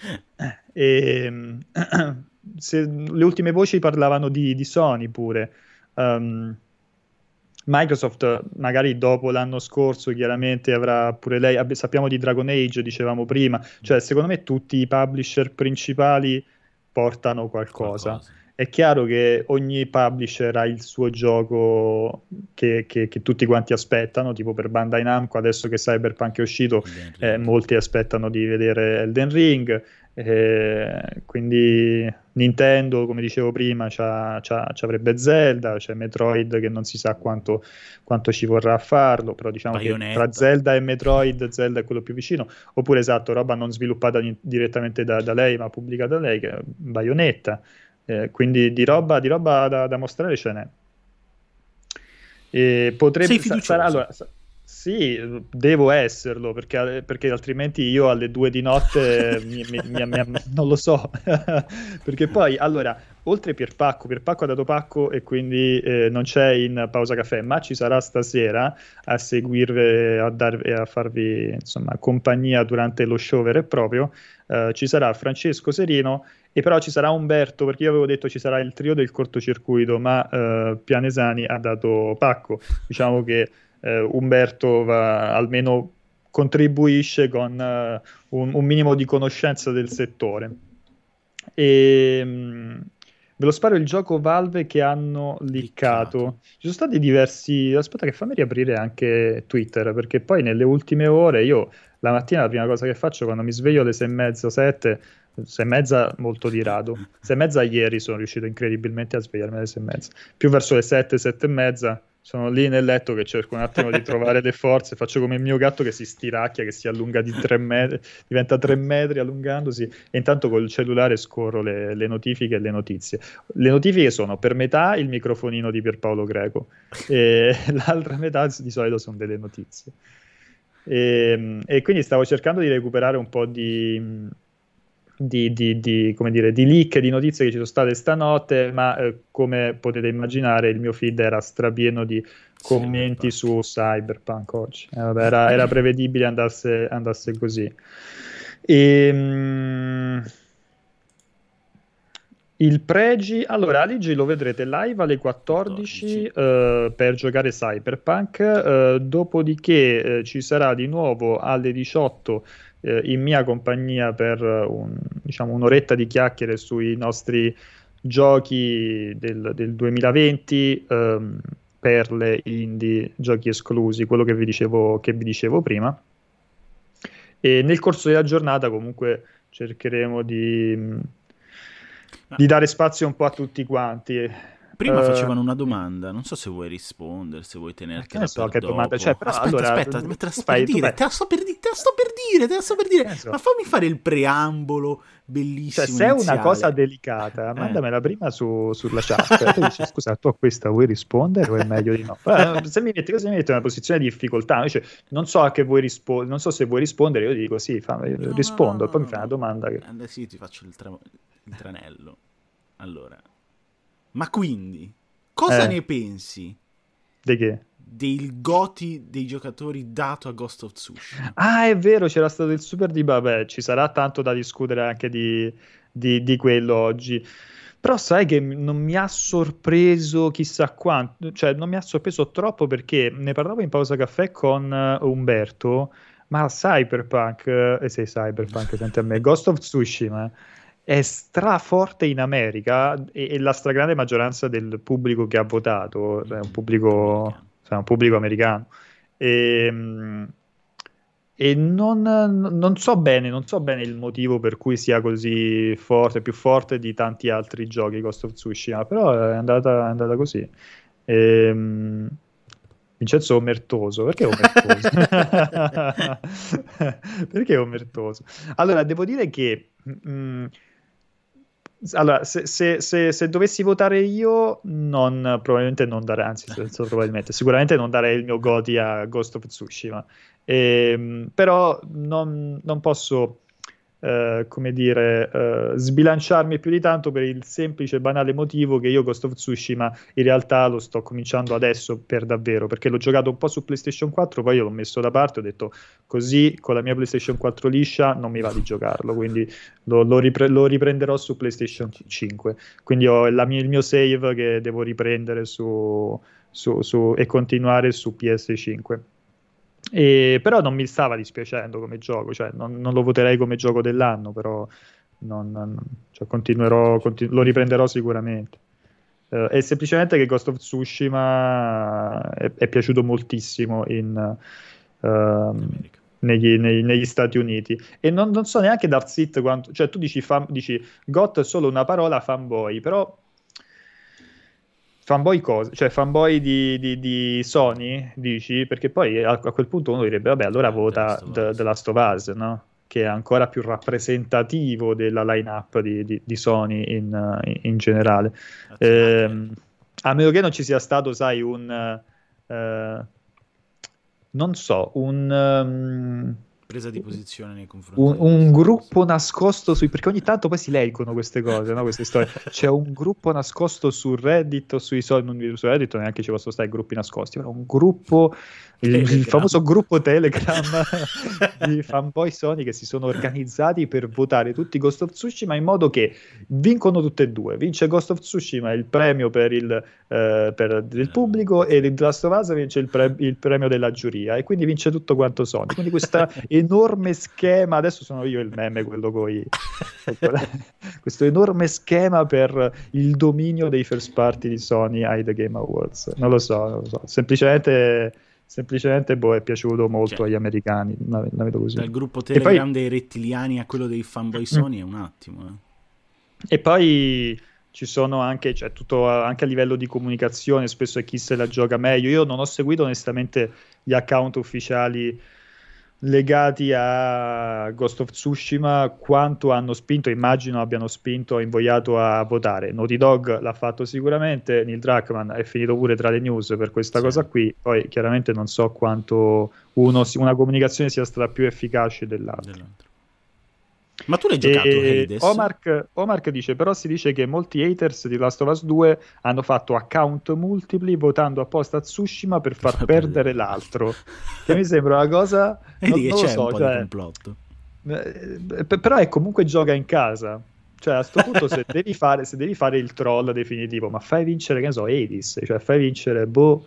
Speaker 2: E, se, le ultime voci parlavano di, di Sony pure. Um, Microsoft magari dopo l'anno scorso chiaramente avrà pure lei, abbi- sappiamo di Dragon Age, dicevamo prima, cioè secondo me tutti i publisher principali portano qualcosa.
Speaker 1: Qualcosa.
Speaker 2: È chiaro che ogni publisher ha il suo gioco che, che- che tutti quanti aspettano, tipo per Bandai Namco, adesso che Cyberpunk è uscito,
Speaker 1: Elden
Speaker 2: eh,
Speaker 1: Ring.
Speaker 2: molti aspettano di vedere Elden Ring, eh, quindi Nintendo, come dicevo prima, c'ha, c'ha- c'avrebbe Zelda, c'è Metroid che non si sa quanto, quanto ci vorrà a farlo, però diciamo che
Speaker 1: Bayonetta.
Speaker 2: tra Zelda e Metroid, Zelda è quello più vicino, oppure esatto, roba non sviluppata ni- direttamente da, da lei, ma pubblicata da lei, che è Bayonetta. Eh, quindi di roba, di roba da, da mostrare ce n'è. E potrebbe,
Speaker 1: Sei
Speaker 2: sa-
Speaker 1: fiducioso?
Speaker 2: sarà, allora, sa- sì, devo esserlo perché, perché altrimenti io alle due di notte mi- mi- mi- mi- non lo so. Perché poi, allora, oltre Pierpacco, Pierpacco ha dato pacco e quindi eh, non c'è in pausa caffè, ma ci sarà stasera a seguirvi, a, darvi, a farvi insomma compagnia durante lo show vero e proprio. Eh, ci sarà Francesco Serino e però ci sarà Umberto, perché io avevo detto ci sarà il trio del cortocircuito, ma eh, Pianesani ha dato pacco. Diciamo che eh, Umberto va, almeno contribuisce con eh, un, un minimo di conoscenza del settore. E mh, ve lo sparo il gioco Valve che hanno liccato.
Speaker 1: Liccato.
Speaker 2: Ci sono stati diversi. Aspetta, che fammi riaprire anche Twitter, perché poi nelle ultime ore io la mattina la prima cosa che faccio quando mi sveglio alle sei e mezza, sette, sei e mezza molto di rado. Sei e mezza ieri sono riuscito incredibilmente a svegliarmi alle sei e mezza. Più verso le sette, sette e mezza sono lì nel letto che cerco un attimo di trovare le forze, faccio come il mio gatto che si stiracchia, che si allunga di tre metri, diventa tre metri allungandosi e intanto col cellulare scorro le, le notifiche e le notizie. Le notifiche sono per metà il microfonino di Pierpaolo Greco e l'altra metà di solito sono delle notizie. E, e quindi stavo cercando di recuperare un po' di, di, di, di, come dire, di leak, di notizie che ci sono state stanotte, ma eh, come potete immaginare il mio feed era strapieno di commenti
Speaker 1: Cyberpunk.
Speaker 2: su Cyberpunk oggi. Eh, vabbè, era, era prevedibile andasse, andasse così. E, mh, il Pregi, allora Aligi lo vedrete live alle quattordici, eh, per giocare Cyberpunk, eh, dopodiché eh, ci sarà di nuovo alle diciotto eh, in mia compagnia per un, diciamo, un'oretta di chiacchiere sui nostri giochi del, del duemilaventi, ehm, perle, indie, giochi esclusi, quello che vi dicevo, che vi dicevo prima. E nel corso della giornata comunque cercheremo di... di dare spazio un po' a tutti quanti.
Speaker 1: prima
Speaker 2: uh,
Speaker 1: facevano una domanda, non so se vuoi rispondere, se vuoi tenertela
Speaker 2: so
Speaker 1: per
Speaker 2: che
Speaker 1: dopo.
Speaker 2: domanda, cioè, però,
Speaker 1: aspetta,
Speaker 2: allora,
Speaker 1: aspetta, te la sto
Speaker 2: fai,
Speaker 1: per dire,
Speaker 2: fai...
Speaker 1: te la sto per, di- te la sto per dire, te la sto per dire,
Speaker 2: so.
Speaker 1: ma fammi fare il preambolo bellissimo.
Speaker 2: Cioè, se è
Speaker 1: iniziale.
Speaker 2: una cosa delicata,
Speaker 1: eh.
Speaker 2: mandamela prima su, sulla chat. Tu dici, scusa, tu a questa vuoi rispondere o è meglio di no? Però, se mi metti così, mi metti in una posizione di difficoltà. Dice, non so a che vuoi rispondere, non so se vuoi rispondere, io dico sì, fa,
Speaker 1: no,
Speaker 2: rispondo,
Speaker 1: no, no,
Speaker 2: e poi
Speaker 1: no,
Speaker 2: mi fai
Speaker 1: no.
Speaker 2: una domanda. Che...
Speaker 1: Eh, sì, ti faccio il, tra- il tranello. Allora, ma quindi, cosa
Speaker 2: eh.
Speaker 1: ne pensi?
Speaker 2: Di che?
Speaker 1: Del goti dei giocatori dato a Ghost of Tsushima.
Speaker 2: Ah, è vero, c'era stato il super di vabbè, ci sarà tanto da discutere anche di, di, di quello oggi. Però sai che non mi ha sorpreso chissà quanto, cioè non mi ha sorpreso troppo perché ne parlavo in pausa caffè con uh, Umberto, ma Cyberpunk, eh sì, Cyberpunk, senti a me, Ghost of Tsushima è straforte in America e, e la stragrande maggioranza del pubblico che ha votato è un pubblico... è un pubblico americano e, e non, non so bene non so bene il motivo per cui sia così forte, più forte di tanti altri giochi Ghost of Tsushima, però è andata, è andata così. E, Vincenzo Omertoso, perché Omertoso? Perché Omertoso? Allora, devo dire che mh, allora, se, se, se, se dovessi votare io, non, probabilmente non darei, anzi, probabilmente, sicuramente non darei il mio Goti a Ghost of Tsushima. E, però non, non posso, eh, come dire, eh, sbilanciarmi più di tanto per il semplice e banale motivo che io Ghost of Tsushima in realtà lo sto cominciando adesso per davvero, perché l'ho giocato un po' su PlayStation quattro, poi io l'ho messo da parte, ho detto così con la mia PlayStation quattro liscia non mi va di giocarlo, quindi lo, lo, ripre- lo riprenderò su PlayStation cinque, quindi ho la mia, il mio save che devo riprendere su, su, su, e continuare su P S cinque. E, però non mi stava dispiacendo come gioco, cioè non, non lo voterei come gioco dell'anno, però non, non, cioè continuerò, continu- lo riprenderò sicuramente. Uh, è semplicemente che Ghost of Tsushima è, è piaciuto moltissimo in, uh, negli, nei, negli Stati Uniti e non, non so neanche Darth Seat quanto, cioè tu dici, fan, dici G O T è solo una parola fanboy, però fanboy cosa? Cioè fanboy di, di, di Sony, dici? Perché poi a, a quel punto uno direbbe, vabbè, allora vota The, The Last of Us, no? Che è ancora più rappresentativo della line-up di, di, di Sony in, in, in generale. Eh, a meno che non ci sia stato, sai, un... Uh, non so, un... Um,
Speaker 1: presa di posizione nei confronti
Speaker 2: un, un gruppo nascosto sui, perché ogni tanto poi si leggono queste cose, no? Queste storie. C'è un gruppo nascosto su Reddit o sui social, su Reddit neanche ci possono stare gruppi nascosti, però un gruppo, il, il famoso gruppo Telegram di fanboy Sony che si sono organizzati per votare tutti Ghost of Tsushima in modo che vincono tutte e due, vince Ghost of Tsushima il premio per il, eh, per il pubblico e The Last of Us vince il, pre- il premio della giuria e quindi vince tutto quanto Sony, quindi questa enorme schema, adesso sono io il meme quello coi questo enorme schema per il dominio dei first party di Sony ai The Game Awards, non lo so, non lo so. semplicemente semplicemente boh, è piaciuto molto cioè, agli americani, la, la vedo così.
Speaker 1: Dal gruppo Telegram
Speaker 2: poi,
Speaker 1: dei rettiliani a quello dei fanboy Sony è un attimo eh.
Speaker 2: E poi ci sono anche, cioè, tutto anche a livello di comunicazione, spesso è chi se la gioca meglio. Io non ho seguito onestamente gli account ufficiali legati a Ghost of Tsushima, quanto hanno spinto, immagino abbiano spinto, invogliato a votare. Naughty Dog l'ha fatto sicuramente, Neil Druckmann è finito pure tra le news per questa sì. cosa qui, poi chiaramente non so quanto uno, una comunicazione sia stata più efficace dell'altra. dell'altro.
Speaker 1: Ma tu l'hai giocato Hades?
Speaker 2: Omar, Omar dice però si dice che molti haters di Last of Us due hanno fatto account multipli votando apposta a Tsushima per far per perdere l'altro, che mi sembra una cosa
Speaker 1: non,
Speaker 2: non
Speaker 1: che
Speaker 2: lo
Speaker 1: c'è
Speaker 2: so,
Speaker 1: un po'
Speaker 2: cioè,
Speaker 1: di complotto
Speaker 2: eh, però è comunque gioca in casa, cioè a sto punto se devi fare se devi fare il troll definitivo, ma fai vincere che ne so Hades, cioè fai vincere boh.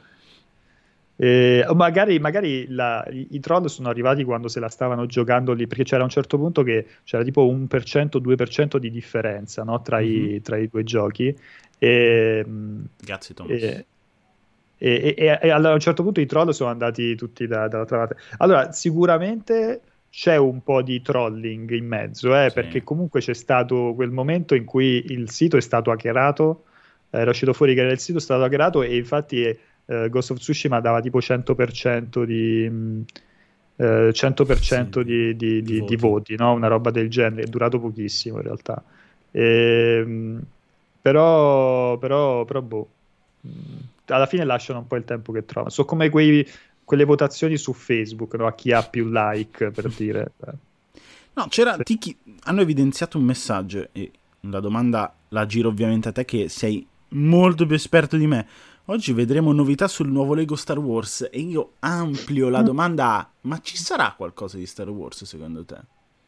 Speaker 2: Eh, magari, magari la, i, i troll sono arrivati quando se la stavano giocando lì, perché c'era un certo punto che c'era tipo un per cento, due per cento di differenza, no? tra, mm-hmm. i, tra i due giochi e,
Speaker 1: grazie Thomas
Speaker 2: e, e, e, e a un certo punto i troll sono andati tutti da, dall'altra parte. Allora sicuramente c'è un po' di trolling in mezzo, eh, sì. perché comunque c'è stato quel momento in cui il sito è stato hackerato era uscito fuori che era il sito stato hackerato e infatti eh, Ghost of Tsushima dava tipo cento per cento di mh, eh, cento per cento
Speaker 1: Sì,
Speaker 2: di, di,
Speaker 1: di
Speaker 2: di, di
Speaker 1: voti.
Speaker 2: voti, no? Una roba del genere, è durato pochissimo in realtà. E, mh, però, però, però boh, mh, alla fine lasciano un po' il tempo che trovano. So come quei, quelle votazioni su Facebook, no? A chi ha più like, per dire.
Speaker 1: No, c'era,
Speaker 2: Sì.
Speaker 1: Tiki, hanno evidenziato un messaggio e la domanda la giro ovviamente a te che sei molto più esperto di me. Oggi vedremo novità sul nuovo Lego Star Wars e io amplio la domanda a, ma ci sarà qualcosa di Star Wars secondo te?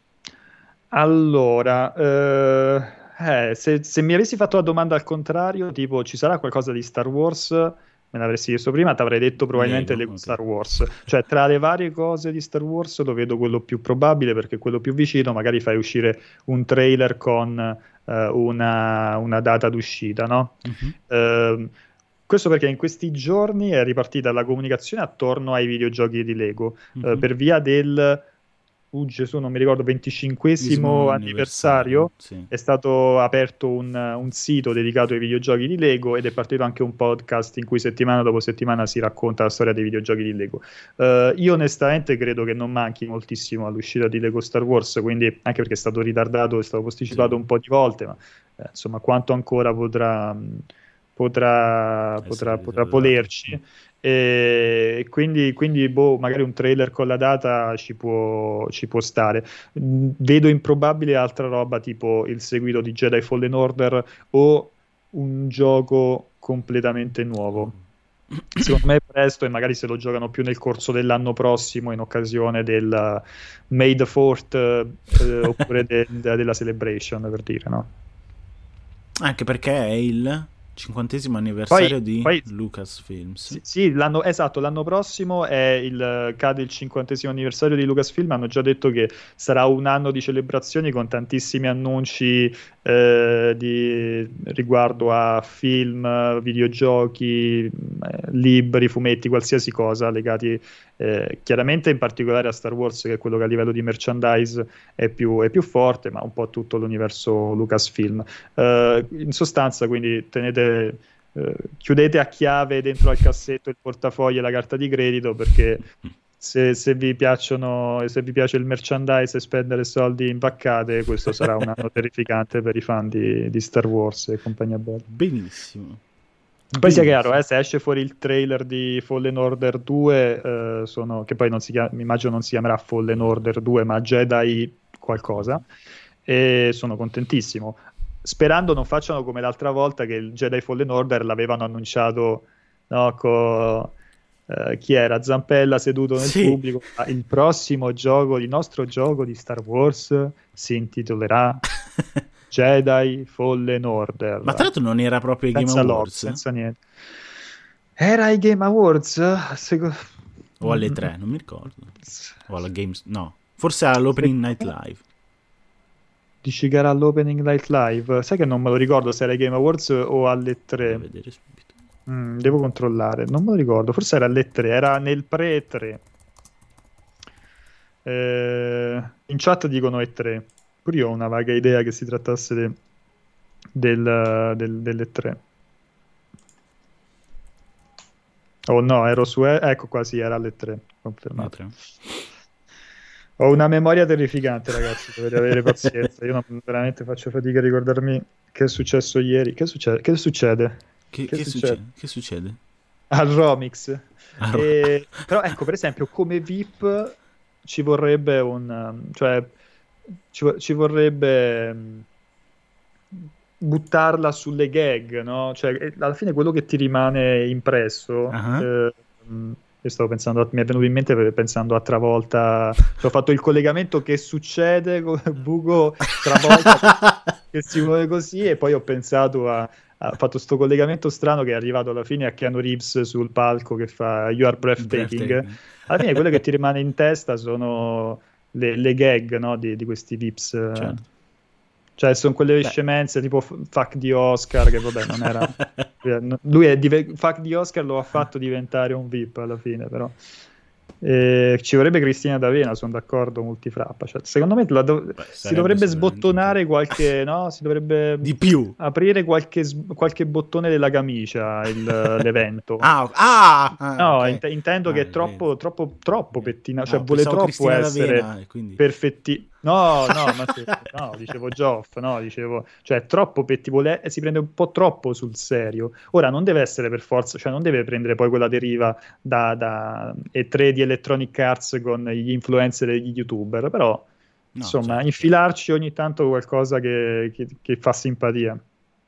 Speaker 2: Allora, eh, eh, se, se mi avessi fatto la domanda al contrario, tipo ci sarà qualcosa di Star Wars, me l'avresti chiesto prima, ti avrei detto probabilmente
Speaker 1: Lego,
Speaker 2: Lego
Speaker 1: ok.
Speaker 2: Star Wars. Cioè, tra le varie cose di Star Wars lo vedo quello più probabile perché quello più vicino, magari fai uscire un trailer con eh, una, una data d'uscita, no?
Speaker 1: Mhm.
Speaker 2: Ehm, questo perché in questi giorni è ripartita la comunicazione attorno ai videogiochi di Lego, eh,
Speaker 1: Mhm.
Speaker 2: per via del, uh, Gesù, non mi ricordo,
Speaker 1: Ismo
Speaker 2: venticinquesimo
Speaker 1: anniversario,
Speaker 2: anniversario.
Speaker 1: sì.
Speaker 2: È stato aperto un, un sito dedicato ai videogiochi di Lego ed è partito anche un podcast in cui settimana dopo settimana si racconta la storia dei videogiochi di Lego. Uh, io onestamente credo che non manchi moltissimo all'uscita di Lego Star Wars, quindi anche perché è stato ritardato, è stato posticipato
Speaker 1: Sì.
Speaker 2: un po' di volte, ma eh, insomma quanto ancora potrà, potrà,
Speaker 1: Essere
Speaker 2: potrà, potrà
Speaker 1: ritardato.
Speaker 2: volerci. E quindi, quindi boh, magari un trailer con la data ci può, ci può stare. Mm, Vedo improbabile altra roba tipo il seguito di Jedi Fallen Order o un gioco completamente nuovo. Secondo me è presto e magari se lo giocano più nel corso dell'anno prossimo in occasione del uh, May the fourth eh, oppure del- della Celebration, per dire, no?
Speaker 1: Anche perché è il cinquantesimo
Speaker 2: Poi,
Speaker 1: anniversario di
Speaker 2: poi
Speaker 1: Lucasfilms.
Speaker 2: Sì, sì, l'anno, esatto, l'anno prossimo è il, cade il cinquantesimo anniversario di Lucasfilm, hanno già detto che sarà un anno di celebrazioni con tantissimi annunci eh, di, riguardo a film, videogiochi, eh, libri, fumetti, qualsiasi cosa legati eh, chiaramente in particolare a Star Wars, che è quello che a livello di merchandise è più, è più forte, ma un po' tutto l'universo Lucasfilm. Eh, in sostanza, quindi tenete eh, chiudete a chiave dentro al cassetto il portafoglio e la carta di credito perché se, se vi piacciono, se vi piace il merchandise e spendere soldi in paccate, questo sarà un anno terrificante per i fan di, di Star Wars e compagnia bella.
Speaker 1: Benissimo.
Speaker 2: Poi sia
Speaker 1: Benissimo.
Speaker 2: chiaro, eh, se esce fuori il trailer di Fallen Order due, eh, sono, che poi non si chiama, mi immagino non si chiamerà Fallen Order due, ma Jedi qualcosa, e sono contentissimo. Sperando non facciano come l'altra volta che il Jedi Fallen Order l'avevano annunciato, no, co- eh, chi era? Zampella seduto nel
Speaker 1: Sì.
Speaker 2: pubblico. Ah, il prossimo gioco, il nostro gioco di Star Wars si intitolerà Jedi Fallen Order.
Speaker 1: Ma tra l'altro non era proprio i Game
Speaker 2: Senza log,
Speaker 1: Awards?
Speaker 2: senza niente. Era ai Game Awards? Seco-
Speaker 1: O alle
Speaker 2: Mm,
Speaker 1: tre, non mi ricordo. O alla Games... No. Forse all'Opening Night Live.
Speaker 2: Dici che era all'Opening Night Live? Sai che non me lo ricordo se era ai Game Awards o alle
Speaker 1: Devo
Speaker 2: tre.
Speaker 1: vedere subito.
Speaker 2: Mm, devo controllare, non me lo ricordo. Forse era alle tre, era nel pre-E tre. Eh, in chat dicono E tre. Pure io ho una vaga idea che si trattasse de- del, del, delle tre. Oh no, ero su... E- ecco qua, sì, era alle tre, confermato.
Speaker 1: Tre.
Speaker 2: Ho una memoria terrificante, ragazzi, dovete avere pazienza. Io non, veramente faccio fatica a ricordarmi che è successo ieri. Che, succe- che succede?
Speaker 1: Che,
Speaker 2: Che
Speaker 1: che
Speaker 2: succede?
Speaker 1: succede? Che succede?
Speaker 2: Al Romix.
Speaker 1: Ah,
Speaker 2: E- però ecco, per esempio, come V I P ci vorrebbe un... um, cioè, ci, vo- ci vorrebbe um, buttarla sulle gag, no? Cioè, eh, alla fine quello che ti rimane impresso...
Speaker 1: ah.
Speaker 2: eh, um, io stavo pensando, a- mi è venuto in mente per- pensando a Travolta, cioè, ho fatto il collegamento che succede con Buco Travolta che si muove così e poi ho pensato a, ha fatto sto collegamento strano che è arrivato alla fine a Keanu Reeves sul palco che fa You Are Breathtaking.
Speaker 1: Breathtaking.
Speaker 2: Alla fine quello che ti rimane in testa sono le, le gag, no, di, di questi Vips.
Speaker 1: Certo.
Speaker 2: Cioè sono quelle
Speaker 1: Beh.
Speaker 2: scemenze tipo f- fuck di Oscar che vabbè non era... Lui è dive- fuck di Oscar lo ha fatto diventare un V I P alla fine però. Eh, ci vorrebbe Cristina D'Avena, sono d'accordo, multifrappa. Cioè, secondo me la do-
Speaker 1: Beh,
Speaker 2: si dovrebbe sbottonare
Speaker 1: più.
Speaker 2: qualche, no? Si dovrebbe
Speaker 1: di più
Speaker 2: aprire qualche, qualche bottone della camicia il, l'evento.
Speaker 1: Ah, ah, ah
Speaker 2: no,
Speaker 1: okay.
Speaker 2: int- intendo
Speaker 1: ah,
Speaker 2: che è troppo, troppo, troppo pettinato, cioè
Speaker 1: ah,
Speaker 2: vuole troppo
Speaker 1: Cristina
Speaker 2: essere
Speaker 1: D'Avena, quindi...
Speaker 2: perfetti. No, no, ma se, no, dicevo Geoff, no, dicevo, cioè troppo petti, vuole, si prende un po' troppo sul serio. Ora non deve essere per forza, cioè non deve prendere poi quella deriva da, da E tre di Electronic Arts con gli influencer e gli youtuber, però no, insomma, certo, infilarci ogni tanto qualcosa che, che, che fa simpatia.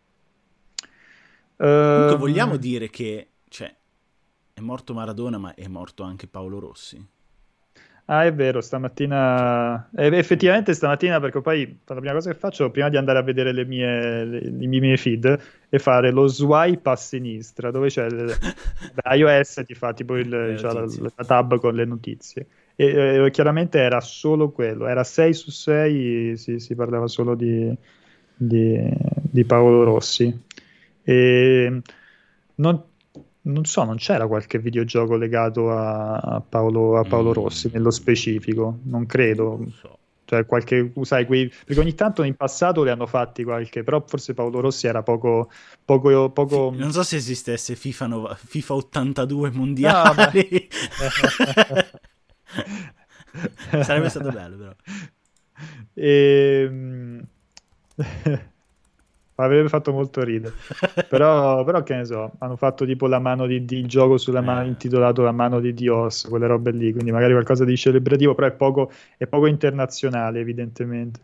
Speaker 1: Comunque
Speaker 2: um,
Speaker 1: vogliamo dire che, cioè, è morto Maradona, ma è morto anche Paolo Rossi.
Speaker 2: Ah, è vero, stamattina, eh, effettivamente stamattina, perché poi la prima cosa che faccio prima di andare a vedere le mie, le, i miei feed è fare lo swipe a sinistra, dove c'è il, iOS ti fa tipo il, cioè, la, la tab con le notizie. E eh, chiaramente era solo quello, era sei su sei, si, si parlava solo di, di, di Paolo Rossi. E non non so, non c'era qualche videogioco legato a Paolo, a Paolo Rossi
Speaker 1: mm.
Speaker 2: nello specifico, non credo.
Speaker 1: Non so.
Speaker 2: Cioè, qualche, sai, quei, perché ogni tanto in passato li hanno fatti qualche, però forse Paolo Rossi era poco, poco, poco...
Speaker 1: Non so se esistesse FIFA, no, FIFA ottantadue mondiali. No, sarebbe stato bello, però.
Speaker 2: E... avrebbe fatto molto ridere. però, però che ne so, hanno fatto tipo la mano di, di il gioco sulla mano,
Speaker 1: eh.
Speaker 2: intitolato La mano di Dios, quelle robe lì, quindi magari qualcosa di celebrativo, però è poco, è poco internazionale evidentemente.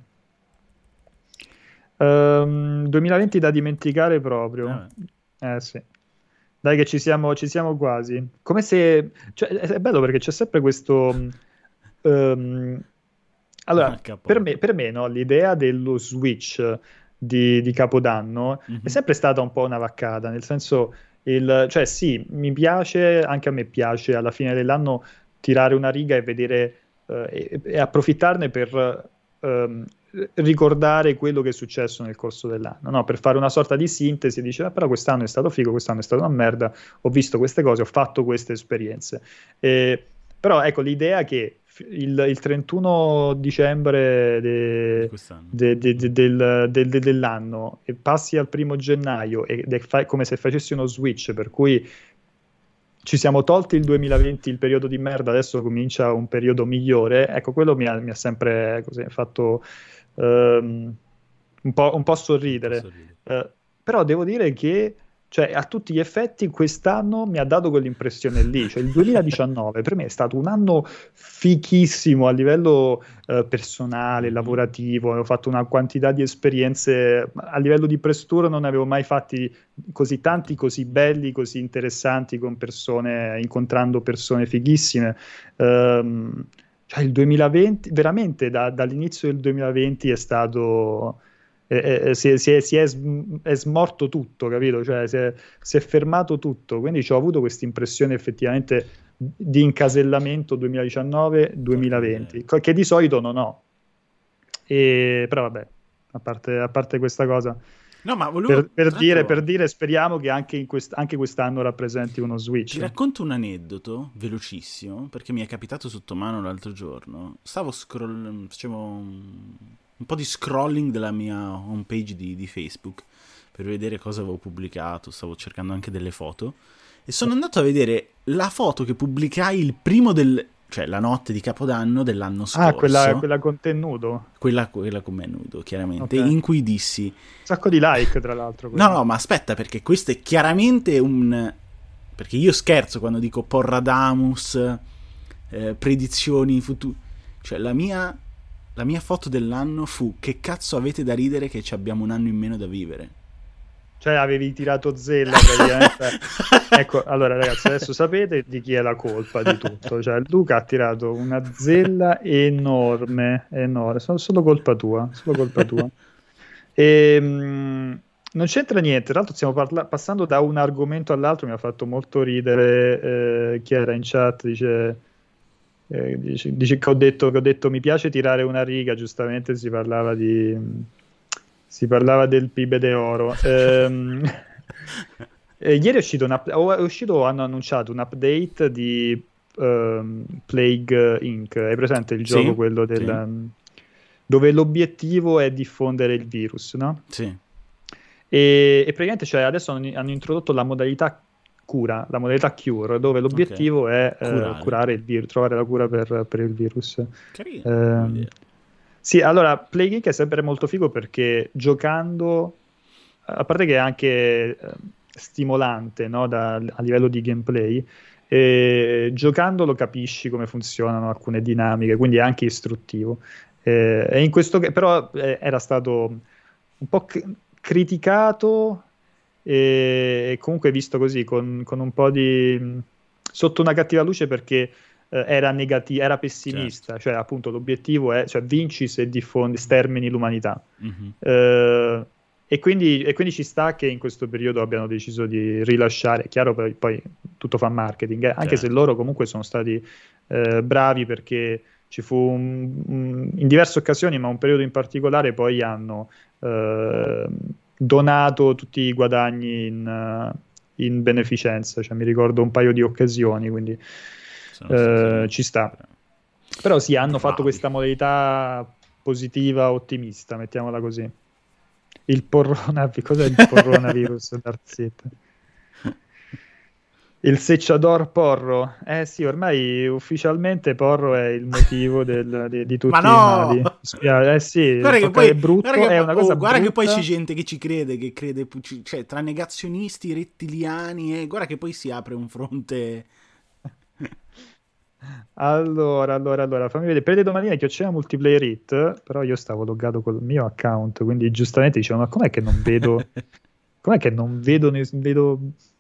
Speaker 2: um, duemilaventi da dimenticare proprio. eh, eh sì, dai che ci siamo, ci siamo quasi, come se, cioè, è bello perché c'è sempre questo um, allora per me, per me no, l'idea dello Switch Di, di Capodanno mm-hmm. è sempre stata un po' una vaccata, nel senso, il, cioè sì, mi piace, anche a me piace alla fine dell'anno tirare una riga e vedere eh, e, e approfittarne per ehm, ricordare quello che è successo nel corso dell'anno, no? Per fare una sorta di sintesi, dice, ah, però quest'anno è stato figo, quest'anno è stata una merda, ho visto queste cose, ho fatto queste esperienze. E, però ecco, l'idea che Il, il trentuno dicembre de, de, de, de, del, del, de, dell'anno e passi al primo gennaio ed è fa- come se facessi uno switch, per cui ci siamo tolti il duemilaventi, il periodo di merda, adesso comincia un periodo migliore. Ecco, quello mi ha, mi ha sempre così, fatto um, un, po', un po' sorridere. Un po' sorridere. Uh, però devo dire che, cioè, a tutti gli effetti quest'anno mi ha dato quell'impressione lì, cioè il duemiladiciannove per me è stato un anno fichissimo a livello eh, personale, lavorativo, ho fatto una quantità di esperienze, a livello di press tour non ne avevo mai fatti così tanti, così belli, così interessanti, con persone, incontrando persone fighissime. Um, cioè il duemilaventi, veramente da, dall'inizio del duemilaventi è stato... Eh, eh, si, è, si, è, si è, è smorto tutto, capito? Cioè si è, si è fermato tutto, quindi ho avuto questa impressione effettivamente di incasellamento duemiladiciannove duemilaventi, che di solito non ho. E, però vabbè, a parte, a parte questa cosa,
Speaker 1: no, ma volevo,
Speaker 2: per, per, dire, per dire, speriamo che anche, in quest, anche quest'anno rappresenti uno switch.
Speaker 1: Ti racconto un aneddoto velocissimo, perché mi è capitato sotto mano l'altro giorno. Stavo scrollando, facevo un po' di scrolling della mia homepage di, di Facebook per vedere cosa avevo pubblicato, stavo cercando anche delle foto e sono andato a vedere la foto che pubblicai il primo del, cioè la notte di Capodanno dell'anno scorso.
Speaker 2: Ah, quella, quella con te nudo?
Speaker 1: Quella, quella con me nudo, chiaramente,
Speaker 2: okay.
Speaker 1: In cui dissi...
Speaker 2: Un sacco di like, tra l'altro.
Speaker 1: No, no, ma aspetta, perché questo è chiaramente un... Perché io scherzo quando dico Porradamus, eh, predizioni future. Cioè la mia... La mia foto dell'anno fu: che cazzo avete da ridere che ci abbiamo un anno in meno da vivere?
Speaker 2: Cioè avevi tirato zella praticamente. Ecco, allora ragazzi, adesso sapete di chi è la colpa di tutto. Cioè Luca ha tirato una zella enorme, enorme, solo, solo colpa tua, solo colpa tua. E, mh, non c'entra niente, tra l'altro stiamo parla- passando da un argomento all'altro, mi ha fatto molto ridere eh, chi era in chat, dice... Eh, dice, dice che ho detto che ho detto mi piace tirare una riga, giustamente si parlava di si parlava del P I B de oro. ehm, eh, ieri è uscito, un up, è uscito hanno annunciato un update di um, Plague incorporated. Hai presente il gioco,
Speaker 1: sì,
Speaker 2: quello del,
Speaker 1: sì.
Speaker 2: um, dove l'obiettivo è diffondere il virus, no?
Speaker 1: Sì.
Speaker 2: E, e praticamente cioè, adesso hanno, hanno introdotto la modalità cura, la modalità cure, dove l'obiettivo
Speaker 1: Ok.
Speaker 2: è eh,
Speaker 1: Curare.
Speaker 2: curare il virus, trovare la cura per, per il virus.
Speaker 1: Carino, come
Speaker 2: Ehm,
Speaker 1: idea.
Speaker 2: sì, allora Plague Inc è sempre molto figo perché giocando, a parte che è anche eh, stimolante, no, da- a livello di gameplay, e giocando lo capisci come funzionano alcune dinamiche, quindi è anche istruttivo. Eh, e in questo ca- però eh, era stato un po' c- criticato e, e comunque visto così con, con un po' di mh, sotto una cattiva luce perché eh, era negativo, era
Speaker 1: Certo.
Speaker 2: pessimista, cioè appunto l'obiettivo è cioè, vinci se diffondi, stermini l'umanità.
Speaker 1: Mhm.
Speaker 2: Eh, e quindi, e quindi ci sta che in questo periodo abbiano deciso di rilasciare, è chiaro, poi, poi tutto fa marketing, eh, anche se
Speaker 1: Certo.
Speaker 2: loro comunque sono stati eh, bravi perché ci fu un- un- in diverse occasioni, ma un periodo in particolare, poi hanno eh, donato tutti i guadagni in, eh, in beneficenza, cioè mi ricordo un paio di occasioni, quindi
Speaker 1: Sono stati
Speaker 2: eh,
Speaker 1: molto
Speaker 2: ci sta.
Speaker 1: bravi.
Speaker 2: Però sì, hanno fatto
Speaker 1: Bravi.
Speaker 2: questa modalità positiva, ottimista, mettiamola così. Il porrona, cos'è il porronavirus? Darzit? Il secciador porro. Eh sì, ormai ufficialmente porro è il motivo del- di, di
Speaker 1: Ma
Speaker 2: tutti i
Speaker 1: no!
Speaker 2: mali. Mi spiace. Eh sì,
Speaker 1: Guarda che
Speaker 2: toccare
Speaker 1: poi,
Speaker 2: è
Speaker 1: guarda
Speaker 2: brutto,
Speaker 1: che,
Speaker 2: è
Speaker 1: po-
Speaker 2: una cosa
Speaker 1: oh, guarda che poi c'è
Speaker 2: brutta.
Speaker 1: gente che ci crede, che crede, cioè tra negazionisti rettiliani, e guarda che poi si apre un fronte.
Speaker 2: Allora, allora, allora, fammi vedere. Per le domatine che c'era Multiplayer Hit, però io stavo loggato col mio account, quindi giustamente dicevano, ma com'è che non vedo, com'è che non vedo, ne- vedo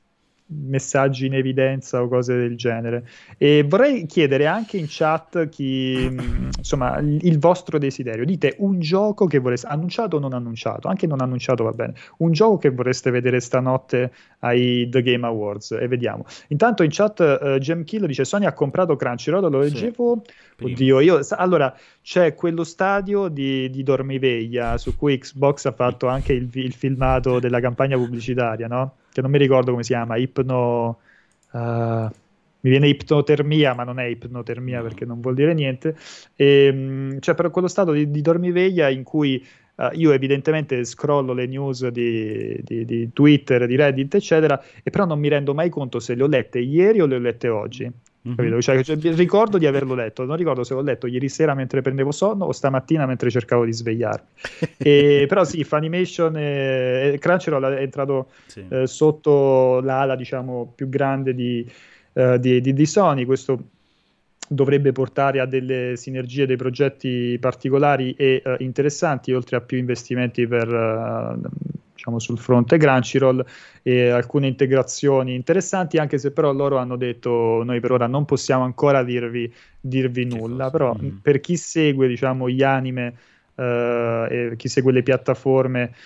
Speaker 2: messaggi in evidenza o cose del genere? E vorrei chiedere anche in chat chi, mh, insomma, il, il vostro desiderio. Dite un gioco che vorreste, annunciato o non annunciato, anche non annunciato va bene, un gioco che vorreste vedere stanotte ai The Game Awards e vediamo. Intanto in chat uh, Gemkill dice Sony ha comprato Crunchyroll, lo
Speaker 1: Sì,
Speaker 2: leggevo.
Speaker 1: prima.
Speaker 2: Oddio, io sa- allora c'è quello stadio di, di Dormiveglia su cui Xbox ha fatto anche il, vi- il filmato della campagna pubblicitaria, no? Che non mi ricordo come si chiama, Ipno. uh, mi viene ipnotermia, ma non è ipnotermia
Speaker 1: No.
Speaker 2: perché non vuol dire niente. E, mh, c'è però quello stato di, di Dormiveglia in cui Uh, io evidentemente scrollo le news di, di, di Twitter, di Reddit, eccetera, e però non mi rendo mai conto se le ho lette ieri o le ho lette oggi.
Speaker 1: Mhm.
Speaker 2: Capito? Cioè, cioè, ricordo di averlo letto, non ricordo se l'ho letto ieri sera mentre prendevo sonno o stamattina mentre cercavo di svegliarmi. E, però sì, Funimation e, e Crunchyroll è entrato
Speaker 1: Sì.
Speaker 2: eh, sotto l'ala, diciamo, più grande di, eh, di, di, di Sony. Questo dovrebbe portare a delle sinergie, dei progetti particolari e uh, interessanti, oltre a più investimenti per, uh, diciamo, sul fronte Crunchyroll e alcune integrazioni interessanti, anche se però loro hanno detto noi per ora non possiamo ancora dirvi, dirvi
Speaker 1: Che
Speaker 2: nulla,
Speaker 1: cosa?
Speaker 2: però
Speaker 1: Mm.
Speaker 2: per chi segue, diciamo, gli anime uh, e chi segue le piattaforme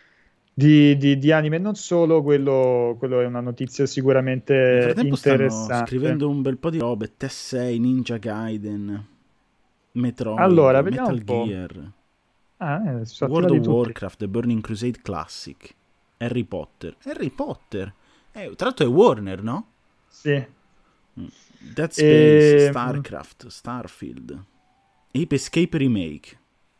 Speaker 2: di, di, di anime e non solo, quello, quello è una notizia
Speaker 1: Nel
Speaker 2: sicuramente
Speaker 1: frattempo stanno
Speaker 2: interessante.
Speaker 1: scrivendo un bel po' di robe. Tessei, Ninja Gaiden, Metroid,
Speaker 2: Allora, vediamo
Speaker 1: Metal
Speaker 2: un po'.
Speaker 1: Gear,
Speaker 2: Ah, eh, si sono
Speaker 1: World of
Speaker 2: attivati tutti.
Speaker 1: Warcraft, The Burning Crusade Classic, Harry Potter. Harry Potter! Eh, tra l'altro è Warner, no?
Speaker 2: Sì.
Speaker 1: Dead Space,
Speaker 2: E,
Speaker 1: StarCraft, Starfield, Ape Escape Remake.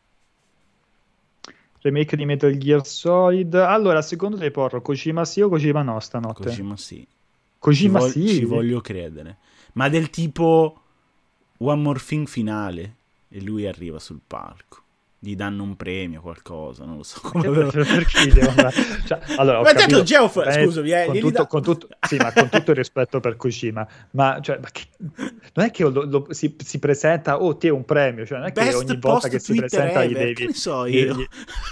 Speaker 2: remake di Metal Gear Solid. Allora, secondo te, Porro, Kojima sì o Kojima no stanotte?
Speaker 1: Kojima sì. Ci,
Speaker 2: Kojima
Speaker 1: vog- ci
Speaker 2: sì?
Speaker 1: voglio credere. Ma del tipo One More Thing finale e lui arriva sul palco. Gli danno un premio, qualcosa, non lo so come
Speaker 2: Per,
Speaker 1: avevo...
Speaker 2: per, per chi devo fare? Cioè, allora, ho
Speaker 1: Ma tanto
Speaker 2: capito,
Speaker 1: Geoff,
Speaker 2: va bene,
Speaker 1: scusami, eh,
Speaker 2: con
Speaker 1: glieli
Speaker 2: tutto,
Speaker 1: dà...
Speaker 2: con tutto, sì, ma con tutto il rispetto per Kojima, ma, cioè, ma che- non è che lo- lo- si, si presenta, oh, ti è un premio, cioè non è che
Speaker 1: Best
Speaker 2: ogni volta
Speaker 1: post
Speaker 2: che si
Speaker 1: Twitter
Speaker 2: presenta gli
Speaker 1: ever, che
Speaker 2: devi...
Speaker 1: ne so
Speaker 2: gli-
Speaker 1: io.
Speaker 2: gli-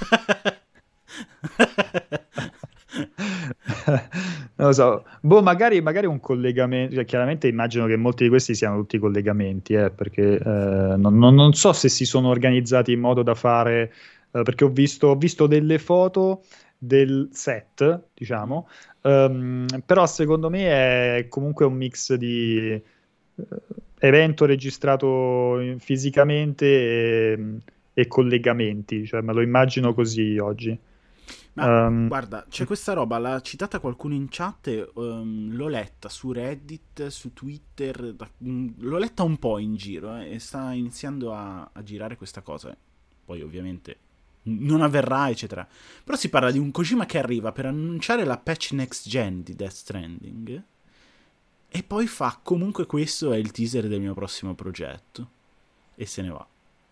Speaker 2: non lo so, boh, magari, magari un collegamento, cioè, chiaramente immagino che molti di questi siano tutti collegamenti, eh, perché eh, non, non- non so se si sono organizzati in modo da fare, eh, perché ho visto, ho visto delle foto del set, diciamo, ehm, però secondo me è comunque un mix di eh, evento registrato in- fisicamente e, e collegamenti, cioè me lo immagino così oggi.
Speaker 1: Ma
Speaker 2: Um,
Speaker 1: guarda, c'è questa roba, l'ha citata qualcuno in chat, e, ehm, l'ho letta su Reddit, su Twitter, da- mm, l'ho letta un po' in giro eh, e sta iniziando a, a girare questa cosa. Poi ovviamente n- non avverrà, eccetera. Però si parla di un Kojima che arriva per annunciare la patch next gen di Death Stranding e poi fa comunque questo è il teaser del mio prossimo progetto e se ne va.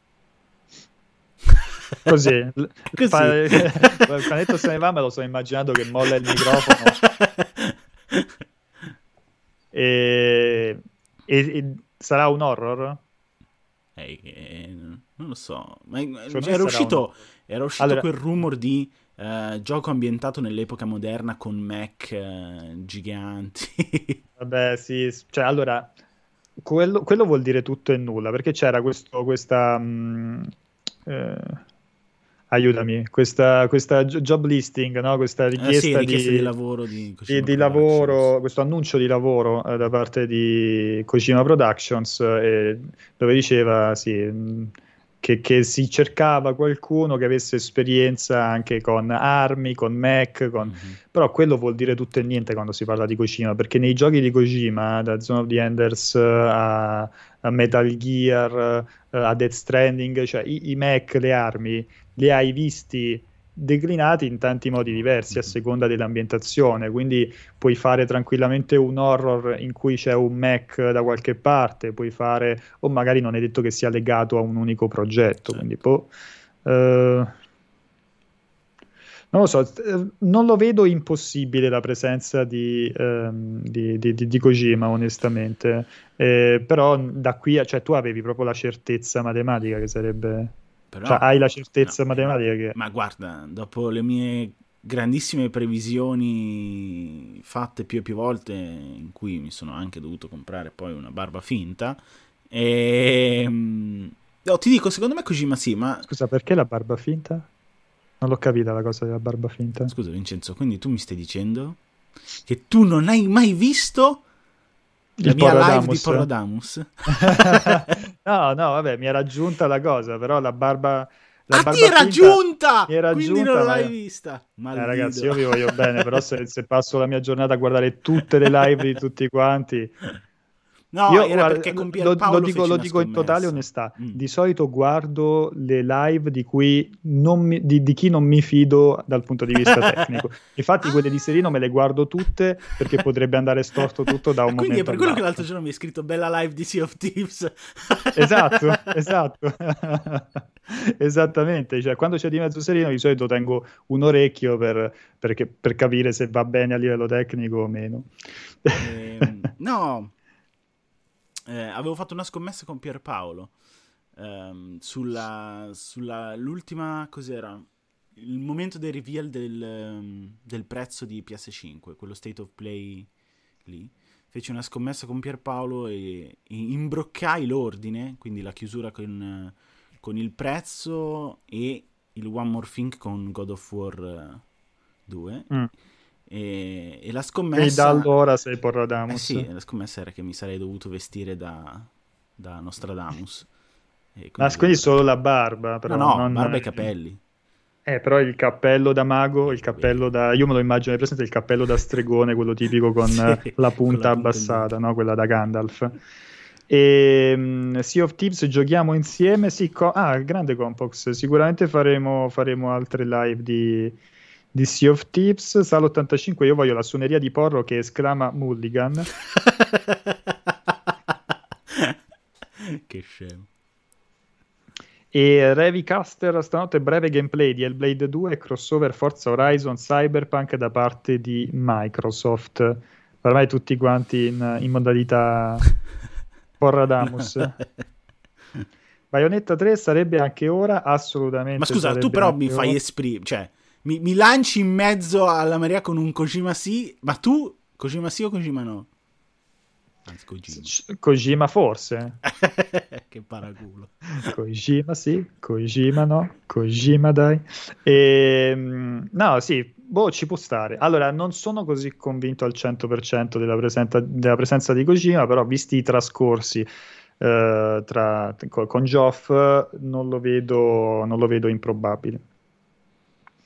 Speaker 2: Così, l- fa-
Speaker 1: Così.
Speaker 2: quando ha detto se ne va, me lo sto immaginando che molla il microfono e, e- e sarà un horror?
Speaker 1: Eh, eh, non lo so, ma eh,
Speaker 2: Secondo me
Speaker 1: era
Speaker 2: sarà un
Speaker 1: uscito,
Speaker 2: horror.
Speaker 1: era uscito
Speaker 2: Allora,
Speaker 1: quel rumor di eh, gioco ambientato nell'epoca moderna con mech eh, giganti.
Speaker 2: vabbè, sì, s- cioè, allora, quello, quello vuol dire tutto e nulla, perché c'era questo, questa, mh, eh, aiutami, questa, questa jo- job listing, no? Questa
Speaker 1: Eh, sì,
Speaker 2: richiesta
Speaker 1: richiesta di
Speaker 2: di,
Speaker 1: lavoro di
Speaker 2: di-
Speaker 1: Kojima
Speaker 2: di
Speaker 1: Productions.
Speaker 2: lavoro, questo annuncio di lavoro eh, da parte di Kojima Productions, eh, dove diceva, sì, mh, che, che si cercava qualcuno che avesse esperienza anche con armi, con mech, con
Speaker 1: Mhm.
Speaker 2: però quello vuol dire tutto e niente quando si parla di Kojima, perché nei giochi di Kojima, da Zone of the Enders eh, a, a Metal Gear, eh, a Death Stranding, cioè i, i mech, le armi, li hai visti declinati in tanti modi diversi a
Speaker 1: Mhm.
Speaker 2: seconda dell'ambientazione, quindi puoi fare tranquillamente un horror in cui c'è un mech da qualche parte, puoi fare, o magari non è detto che sia legato a un unico progetto, quindi
Speaker 1: Certo.
Speaker 2: boh, eh, non lo so, eh, non lo vedo impossibile la presenza di, ehm, di, di- di- di Kojima, onestamente. Eh, però da qui a, cioè, tu avevi proprio la certezza matematica che sarebbe, cioè, hai la
Speaker 1: Però, no,
Speaker 2: certezza
Speaker 1: eh, ma,
Speaker 2: matematica che,
Speaker 1: ma guarda, dopo le mie grandissime previsioni fatte più e più volte, in cui mi sono anche dovuto comprare poi una barba finta, e... no, ti dico, secondo me Kojima sì, ma...
Speaker 2: scusa, perché la barba finta? Non l'ho capita la cosa della barba finta.
Speaker 1: Scusa Vincenzo, quindi tu mi stai dicendo che tu non hai mai visto la
Speaker 2: Il
Speaker 1: mia live di
Speaker 2: Porradamus?
Speaker 1: Porradamus?
Speaker 2: No, no, vabbè, mi era giunta la cosa, però la barba, la
Speaker 1: Ah, ti
Speaker 2: barba
Speaker 1: era
Speaker 2: finta
Speaker 1: giunta!
Speaker 2: mi era
Speaker 1: Quindi non
Speaker 2: giunta, ma
Speaker 1: l'hai
Speaker 2: eh,
Speaker 1: vista.
Speaker 2: ragazzi,
Speaker 1: Maldido.
Speaker 2: io vi voglio bene, però se, se passo la mia giornata a guardare tutte le live di tutti quanti,
Speaker 1: No,
Speaker 2: io
Speaker 1: era
Speaker 2: guarda,
Speaker 1: perché con
Speaker 2: lo, lo
Speaker 1: Pierpaolo
Speaker 2: dico,
Speaker 1: feci
Speaker 2: lo
Speaker 1: una
Speaker 2: dico in totale
Speaker 1: scommessa.
Speaker 2: onestà,
Speaker 1: Mm.
Speaker 2: di solito guardo le live di cui non mi- di, di chi non mi fido dal punto di vista tecnico. Infatti quelle di Serino me le guardo tutte perché potrebbe andare storto tutto da
Speaker 1: Ah,
Speaker 2: un
Speaker 1: quindi è
Speaker 2: momento
Speaker 1: per quello che l'altro
Speaker 2: all'altro.
Speaker 1: giorno mi hai scritto bella live di Sea of Thieves.
Speaker 2: Esatto, esatto. Esattamente, cioè quando c'è di mezzo Serino di solito tengo un orecchio per, perché- per capire se va bene a livello tecnico o meno.
Speaker 1: Ehm, no, eh, avevo fatto una scommessa con Pierpaolo ehm, sulla, sulla l'ultima cos'era? Il momento del reveal del, ehm, del prezzo di P S cinque, quello State of Play lì. Feci una scommessa con Pierpaolo e, e imbroccai l'ordine, quindi la chiusura con, con il prezzo e il One More Thing con God of War eh, due.
Speaker 2: Mm.
Speaker 1: E, e la
Speaker 2: Quindi da
Speaker 1: scommessa,
Speaker 2: allora sei
Speaker 1: eh
Speaker 2: Porradamus.
Speaker 1: sì, la scommessa era che mi sarei dovuto vestire da, da Nostradamus. E
Speaker 2: Ah,
Speaker 1: quindi
Speaker 2: quindi
Speaker 1: dovrei...
Speaker 2: solo la barba,
Speaker 1: No,
Speaker 2: però
Speaker 1: no,
Speaker 2: non...
Speaker 1: barba e capelli.
Speaker 2: Eh, però il cappello da mago,
Speaker 1: E i
Speaker 2: il
Speaker 1: capelli.
Speaker 2: cappello da... Io me lo immagino, hai presente il cappello da stregone, quello tipico con
Speaker 1: Sì,
Speaker 2: eh, la
Speaker 1: con la
Speaker 2: punta
Speaker 1: punta indietro.
Speaker 2: abbassata, no? Quella da Gandalf. E mm, Sea of Thieves giochiamo insieme? Sì, co- ah, grande Compox, sicuramente faremo, faremo altre live di, di Sea of Thieves. Sal ottantacinque, io voglio la suoneria di Porro che esclama Mulligan.
Speaker 1: Che scemo.
Speaker 2: E Revicaster, stanotte breve gameplay di Hellblade due e crossover Forza Horizon Cyberpunk da parte di Microsoft. Ormai tutti quanti in, in modalità Porradamus. Bayonetta tre sarebbe anche ora?
Speaker 1: Ma
Speaker 2: Assolutamente
Speaker 1: scusa, tu
Speaker 2: sarebbe
Speaker 1: però mi
Speaker 2: anche
Speaker 1: fai
Speaker 2: ora.
Speaker 1: esprimere, cioè, mi, mi lanci in mezzo alla marea con un Kojima sì, ma tu Kojima sì o Kojima no? Anzi, Kojima.
Speaker 2: C- Kojima forse?
Speaker 1: Che paraculo.
Speaker 2: Kojima sì, Kojima no, Kojima dai. Ehm, no, sì, boh, ci può stare. Allora, non sono così convinto al cento per cento della, presenta- della presenza di Kojima, però visti i trascorsi eh, tra- co- con Geoff, non lo vedo, non lo vedo improbabile.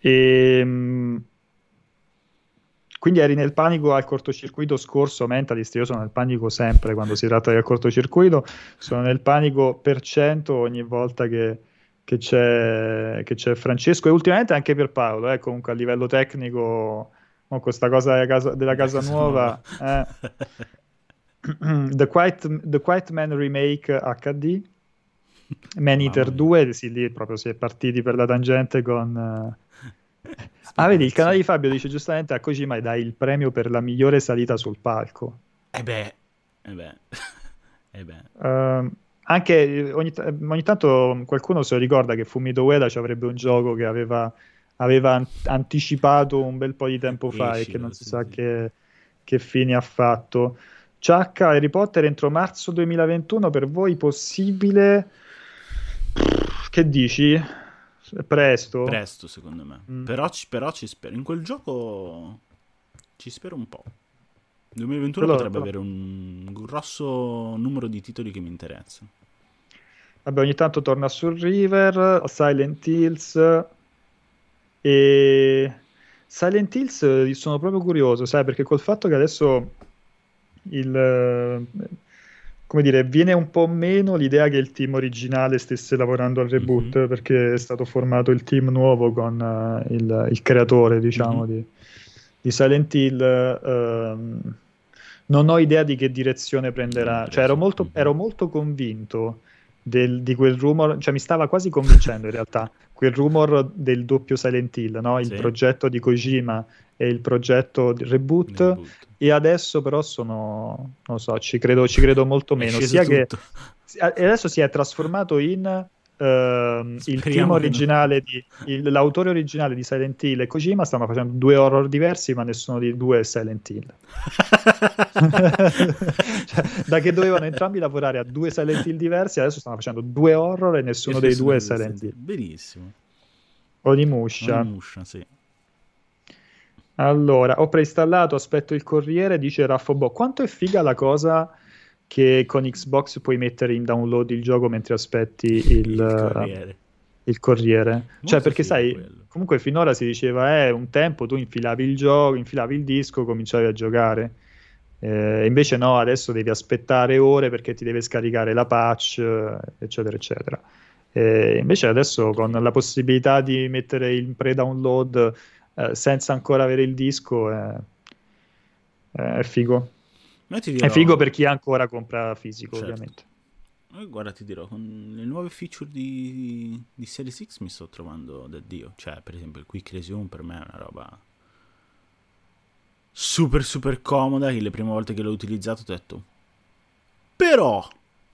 Speaker 2: E, quindi eri nel panico al cortocircuito scorso, Mentalist. Io sono nel panico sempre quando si tratta del cortocircuito, sono nel panico per cento ogni volta che, che, c'è, che c'è Francesco, e ultimamente anche per Paolo, eh, comunque a livello tecnico, con questa cosa della casa, della casa, casa nuova. nuova. Eh. The, Quiet, The Quiet Man Remake H D, Man Eater due, sì, lì proprio si è partiti per la tangente con... Ah, vedi, il canale di Fabio dice giustamente a Kojima dai il premio per la migliore salita sul palco.
Speaker 1: Eh beh, eh beh, eh beh.
Speaker 2: Uh, anche ogni, ogni tanto qualcuno se lo ricorda che Fumito Ueda ci avrebbe un gioco che aveva, aveva an- anticipato un bel po' di tempo fa Escilo, e che non si sì, sa sì. Che, che fine ha fatto. Ciacca, Harry Potter entro marzo duemilaventuno, per voi possibile? Che dici? Presto?
Speaker 1: Presto, secondo me. Mm. Però, ci, però ci spero. In quel gioco ci spero un po'. duemilaventuno però, potrebbe però... avere un grosso numero di titoli che mi interessano.
Speaker 2: Vabbè, ogni tanto torna sul River, Silent Hills. E Silent Hills sono proprio curioso, sai, perché col fatto che adesso il... come dire, viene un po' meno l'idea che il team originale stesse lavorando al reboot, mm-hmm. perché è stato formato il team nuovo con uh, il, il creatore, diciamo, mm-hmm. di, di Silent Hill. Uh, non ho idea di che direzione prenderà. Cioè, ero molto, mm-hmm. ero molto convinto del, di quel rumor, cioè mi stava quasi convincendo in realtà, quel rumor del doppio Silent Hill, no? Il sì. progetto di Kojima e il progetto di reboot, reboot. E adesso però sono, non lo so, ci credo, ci credo molto meno, sia che adesso si è trasformato in uh, il team originale di, il, l'autore originale di Silent Hill e Kojima stanno facendo due horror diversi, ma nessuno di due è Silent Hill. Cioè, da che dovevano entrambi lavorare a due Silent Hill diversi, adesso stanno facendo due horror e nessuno e dei due è Silent Hill.
Speaker 1: Benissimo.
Speaker 2: Onimusha.
Speaker 1: Onimusha, sì.
Speaker 2: Allora, ho preinstallato, aspetto il corriere, dice Raffo. Quanto è figa la cosa che con Xbox puoi mettere in download il gioco mentre aspetti il, il corriere. Il corriere. Cioè, perché sai, quello. Comunque finora si diceva, eh, un tempo tu infilavi il gioco, infilavi il disco, cominciavi a giocare. Eh, invece no, adesso devi aspettare ore perché ti deve scaricare la patch, eccetera, eccetera. Eh, invece adesso con la possibilità di mettere in pre-download eh, senza ancora avere il disco è, è figo. Dirò... È figo per chi ancora compra fisico, certo. Ovviamente.
Speaker 1: Eh, guarda, ti dirò, con le nuove feature di, di Series X mi sto trovando da Dio. Cioè, per esempio, il Quick Resume per me è una roba super super comoda, che le prime volte che l'ho utilizzato ho detto però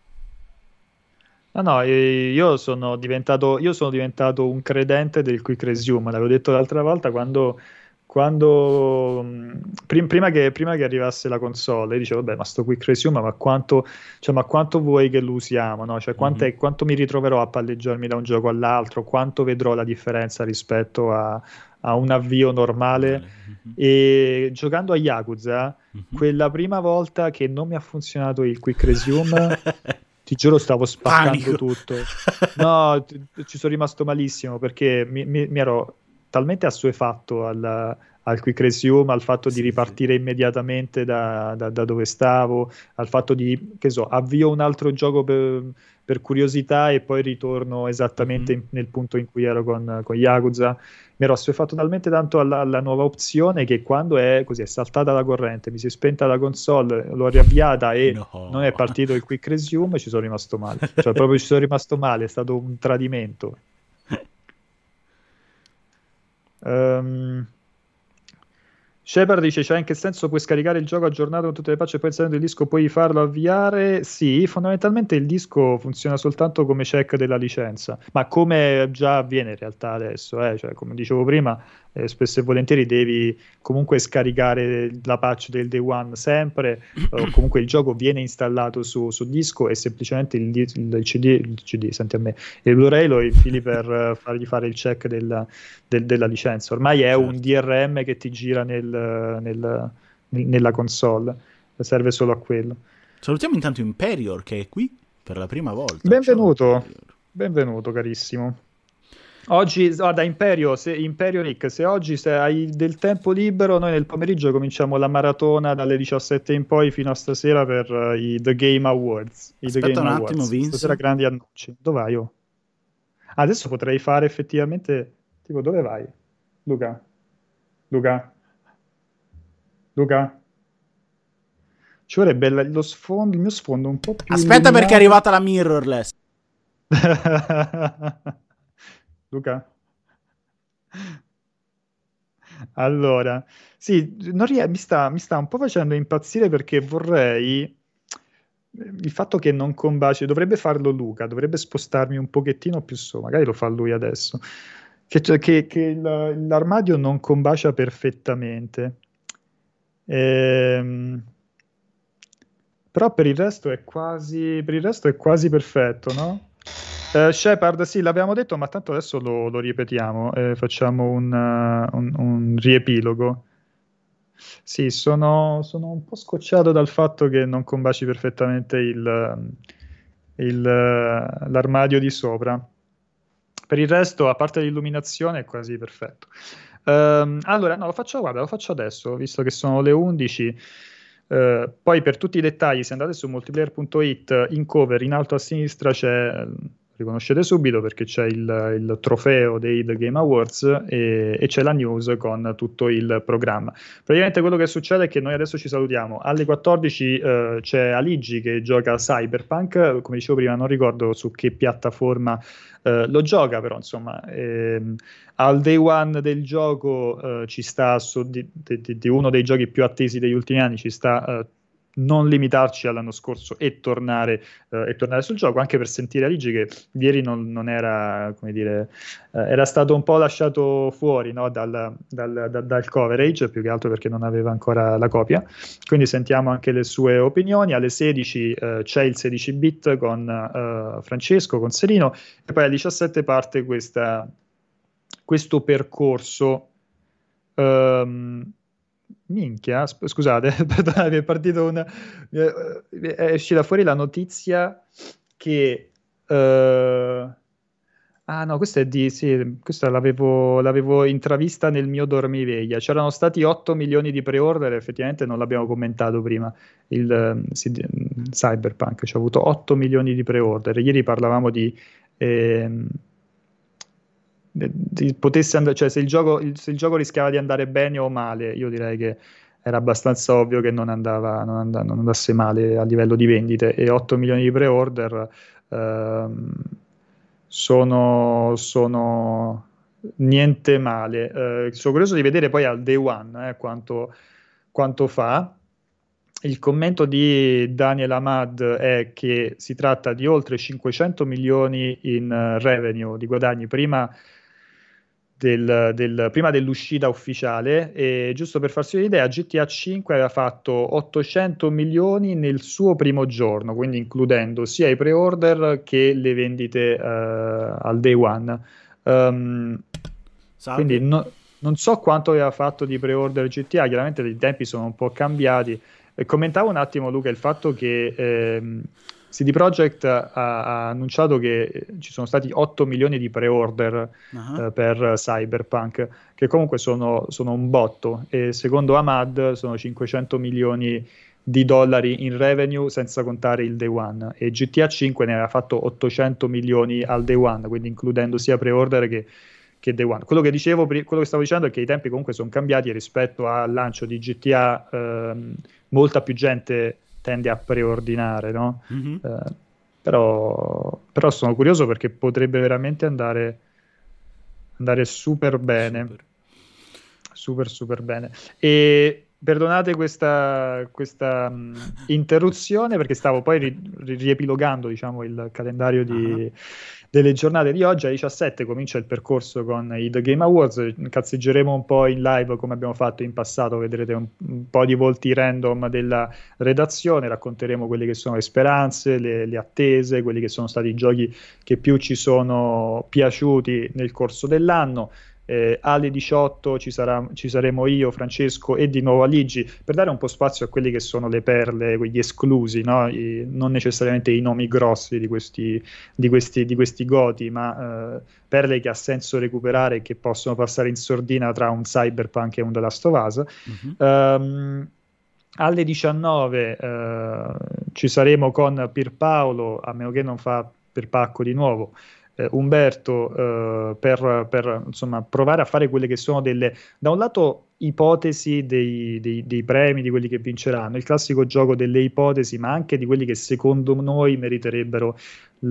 Speaker 2: no no io sono diventato io sono diventato un credente del Quick Resume, l'avevo detto l'altra volta quando quando prim, prima che prima che arrivasse la console io dicevo vabbè, ma sto Quick Resume ma quanto cioè ma quanto vuoi che lo usiamo, no? Cioè quanto, mm-hmm. è, quanto mi ritroverò a palleggiarmi da un gioco all'altro, quanto vedrò la differenza rispetto a a un avvio normale. Mm-hmm. E giocando a Yakuza, mm-hmm. quella prima volta che non mi ha funzionato il Quick Resume ti giuro stavo spaccando Panico. tutto, no, t- ci sono rimasto malissimo perché mi, mi, mi ero talmente assuefatto al, al Quick Resume, al fatto sì, di ripartire sì. immediatamente da, da, da dove stavo, al fatto di, che so, avvio un altro gioco per, per curiosità e poi ritorno esattamente mm-hmm. in, nel punto in cui ero con, con Yakuza. Mi ero assuefatto talmente tanto alla, alla nuova opzione che quando è così è saltata la corrente, mi si è spenta la console, l'ho riavviata e no. non è partito il Quick Resume, ci sono rimasto male. Cioè proprio ci sono rimasto male, è stato un tradimento. Um, Shepard dice, cioè in che senso puoi scaricare il gioco aggiornato con tutte le patch e poi inserendo il disco puoi farlo avviare? Sì, fondamentalmente il disco funziona soltanto come check della licenza, ma come già avviene in realtà adesso, eh? Cioè, come dicevo prima, eh, spesso e volentieri devi comunque scaricare la patch del day one sempre, o comunque il gioco viene installato su, su disco e semplicemente il, il, C D, il C D, senti a me, il Blu-ray lo infili per fargli fare il check della, del, della licenza. Ormai è certo. un D R M che ti gira nel Nel, nella console, serve solo a quello.
Speaker 1: Salutiamo intanto Imperior che è qui per la prima volta.
Speaker 2: Benvenuto, benvenuto carissimo. Oggi, guarda, Imperio, se, Imperio Nick, se oggi se hai del tempo libero, noi nel pomeriggio cominciamo la maratona dalle diciassette in poi fino a stasera per uh, i The Game Awards. I The
Speaker 1: Aspetta
Speaker 2: Game
Speaker 1: un attimo,
Speaker 2: Awards.
Speaker 1: Vince.
Speaker 2: Stasera grandi annunci. Dove vai? Oh? Adesso potrei fare effettivamente... Tipo, dove vai? Luca? Luca? Luca? Ci vorrebbe l- lo sfondo, il mio sfondo un po' più
Speaker 1: Aspetta
Speaker 2: illuminato.
Speaker 1: perché è arrivata la mirrorless.
Speaker 2: Luca? Allora, sì, non rie- mi sta, mi sta un po' facendo impazzire perché vorrei il fatto che non combaci, dovrebbe farlo Luca, dovrebbe spostarmi un pochettino più su, magari lo fa lui adesso, che, cioè, che- che il- l'armadio non combacia perfettamente. Ehm, però per il resto è quasi, per il resto è quasi perfetto, no? Eh, Shepard, sì, l'abbiamo detto, ma tanto adesso lo, lo ripetiamo, eh, facciamo un, uh, un- un riepilogo. Sì, sono, sono un po' scocciato dal fatto che non combaci perfettamente il, il, uh, l'armadio di sopra. Per il resto, a parte l'illuminazione, è quasi perfetto. Ehm, allora, no, lo faccio, guarda, lo faccio adesso, visto che sono le undici. Eh, poi per tutti i dettagli, se andate su multiplayer punto it, in cover, in alto a sinistra c'è, riconoscete subito perché c'è il, il trofeo dei The Game Awards e, e c'è la news con tutto il programma. Praticamente quello che succede è che noi adesso ci salutiamo. Alle quattordici eh, c'è Aligi che gioca Cyberpunk, come dicevo prima, non ricordo su che piattaforma eh, lo gioca, però insomma ehm, al day one del gioco eh, ci sta su, di, di, di uno dei giochi più attesi degli ultimi anni, ci sta eh, non limitarci all'anno scorso e tornare, eh, e tornare sul gioco, anche per sentire Aligi che ieri non, non era, come dire, eh, era stato un po' lasciato fuori, no, dal, dal, dal, dal coverage, più che altro perché non aveva ancora la copia, quindi sentiamo anche le sue opinioni. Alle sedici eh, c'è il sedici bit con eh, Francesco, con Serino, e poi alle diciassette parte questa, questo percorso. Um, minchia, sp- scusate, perdonate, è partito un... eh, è uscita fuori la notizia che... eh, ah no, questa è di... Sì, questa l'avevo, l'avevo intravista nel mio dormiveglia. C'erano stati otto milioni di pre-order, effettivamente non l'abbiamo commentato prima, il ehm, sì, di- Cyberpunk, ci ha avuto otto milioni di pre-order. Ieri parlavamo di... ehm, de- di- potesse andare, cioè se il gioco, il- se il gioco rischiava di andare bene o male, io direi che era abbastanza ovvio che non andava, non and- non andasse male a livello di vendite, e otto milioni di pre-order ehm, sono, sono niente male. Eh, sono curioso di vedere poi al day one eh, quanto, quanto fa. Il commento di Daniel Ahmad è che si tratta di oltre cinquecento milioni in eh, revenue, di guadagni prima, del- del- prima dell'uscita ufficiale. E giusto per farsi un'idea, G T A cinque aveva fatto ottocento milioni nel suo primo giorno, quindi includendo sia i pre-order che le vendite eh, al day one. Um, quindi
Speaker 1: Salve.
Speaker 2: no- non so quanto aveva fatto di pre-order G T A, chiaramente i tempi sono un po' cambiati. E commentavo un attimo, Luca, il fatto che ehm, C D Projekt ha, ha annunciato che eh, ci sono stati otto milioni di pre-order
Speaker 1: Ah.
Speaker 2: eh, per Cyberpunk, che comunque sono, sono un botto, e secondo Ahmad sono cinquecento milioni di dollari in revenue senza contare il day one, e G T A cinque ne aveva fatto ottocento milioni al day one, quindi includendo sia pre-order che, che day one. Quello che dicevo, pri- quello che stavo dicendo è che i tempi comunque sono cambiati rispetto al lancio di G T A. Ehm, molta più gente tende a preordinare, no?
Speaker 1: Mhm.
Speaker 2: Eh, però, però sono curioso perché potrebbe veramente andare, andare super bene,
Speaker 1: Super.
Speaker 2: super super bene. E perdonate questa, questa mh, interruzione perché stavo poi ri- ri- riepilogando, diciamo, il calendario
Speaker 1: Ah.
Speaker 2: di, delle giornate di oggi. Alle diciassette comincia il percorso con i The Game Awards, cazzeggeremo un po' in live come abbiamo fatto in passato, vedrete un, un po' di volti random della redazione, racconteremo quelle che sono le speranze, le, le attese, quelli che sono stati i giochi che più ci sono piaciuti nel corso dell'anno. Eh, alle diciotto ci, sarà, ci saremo io, Francesco e di nuovo Aligi, per dare un po' spazio a quelli che sono le perle, quegli esclusi, no? I, non necessariamente i nomi grossi di questi, di questi, di questi goti, ma eh, perle che ha senso recuperare e che possono passare in sordina tra un Cyberpunk e un The Last of Us. Mm-hmm. Um, alle diciannove uh, ci saremo con Pierpaolo, a meno che non fa Pierpacco di nuovo, Uh, Umberto, uh, per, per insomma provare a fare quelle che sono delle, da un lato, ipotesi dei, dei, dei premi, di quelli che vinceranno, il classico gioco delle ipotesi, ma anche di quelli che secondo noi meriterebbero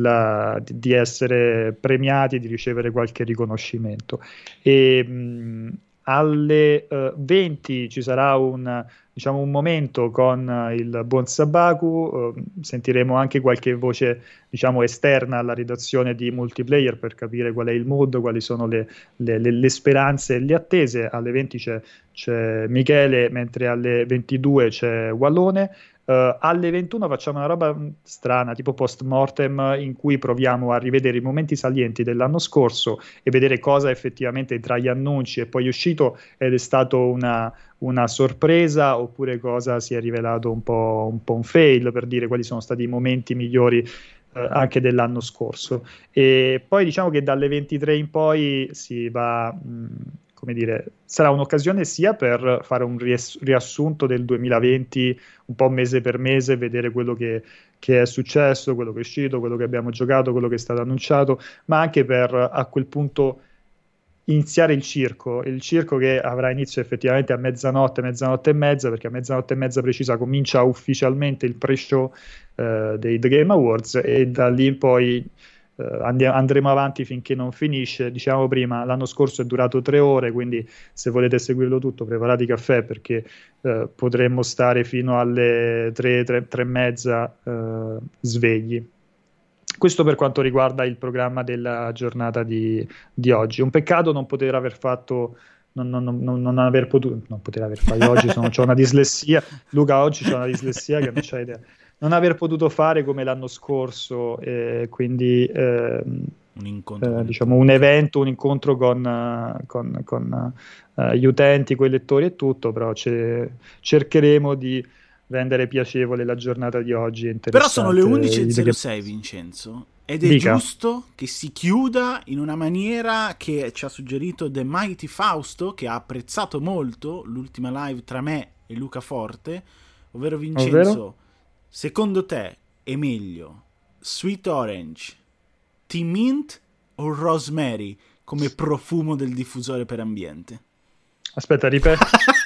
Speaker 2: la, di essere premiati, di ricevere qualche riconoscimento. E mh, alle uh, venti ci sarà un, diciamo, un momento con uh, il buon Sabaku, uh, sentiremo anche qualche voce, diciamo, esterna alla redazione di Multiplayer per capire qual è il mood, quali sono le, le, le, le speranze e le attese. Alle venti c'è, c'è Michele, mentre alle ventidue c'è Wallone. Uh, alle ventuno facciamo una roba strana, tipo post mortem, in cui proviamo a rivedere i momenti salienti dell'anno scorso e vedere cosa effettivamente tra gli annunci è poi uscito ed è stato una, una sorpresa, oppure cosa si è rivelato un po', un po' un fail, per dire quali sono stati i momenti migliori uh, anche dell'anno scorso. E poi diciamo che dalle ventitré in poi si va... Mh, come dire, sarà un'occasione sia per fare un riass- riassunto del duemilaventi un po' mese per mese, vedere quello che, che è successo, quello che è uscito, quello che abbiamo giocato, quello che è stato annunciato, ma anche per a quel punto iniziare il circo, il circo che avrà inizio effettivamente a mezzanotte, mezzanotte e mezza, perché a mezzanotte e mezza precisa comincia ufficialmente il pre-show eh, dei The Game Awards, e da lì in poi Uh, andiamo, andremo avanti finché non finisce. Diciamo prima, l'anno scorso è durato tre ore, quindi se volete seguirlo tutto preparate i caffè, perché uh, potremmo stare fino alle tre, tre, tre e mezza uh, svegli. Questo per quanto riguarda il programma della giornata di, di oggi. Un peccato non poter aver fatto Non, non, non, non aver potuto non poter aver fatto oggi sono, c'ho una dislessia Luca, oggi c'ho una dislessia che non c'è idea, non aver potuto fare come l'anno scorso, eh, quindi eh,
Speaker 1: un incontro
Speaker 2: eh, diciamo un evento, un incontro con, uh, con, con uh, gli utenti, con i lettori e tutto, però cercheremo di rendere piacevole la giornata di oggi.
Speaker 1: Però sono le undici e zero sei, Vincenzo, ed è Dica. giusto che si chiuda in una maniera che ci ha suggerito The Mighty Fausto, che ha apprezzato molto l'ultima live tra me e Luca Forte, ovvero Vincenzo, ovvero? Secondo te è meglio Sweet Orange, Tea Mint o Rosemary come profumo del diffusore per ambiente?
Speaker 2: Aspetta, ripeto.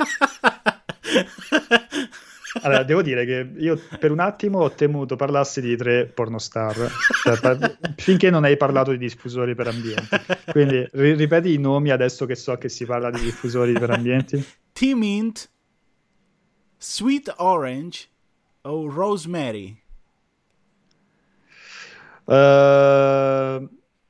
Speaker 2: Allora, devo dire che io per un attimo ho temuto parlassi di tre pornostar, cioè, par- finché non hai parlato di diffusori per ambienti. Quindi ri- ripeti i nomi adesso che so che si parla di diffusori per ambienti.
Speaker 1: Tea Mint, Sweet Orange o Rosemary?
Speaker 2: Uh...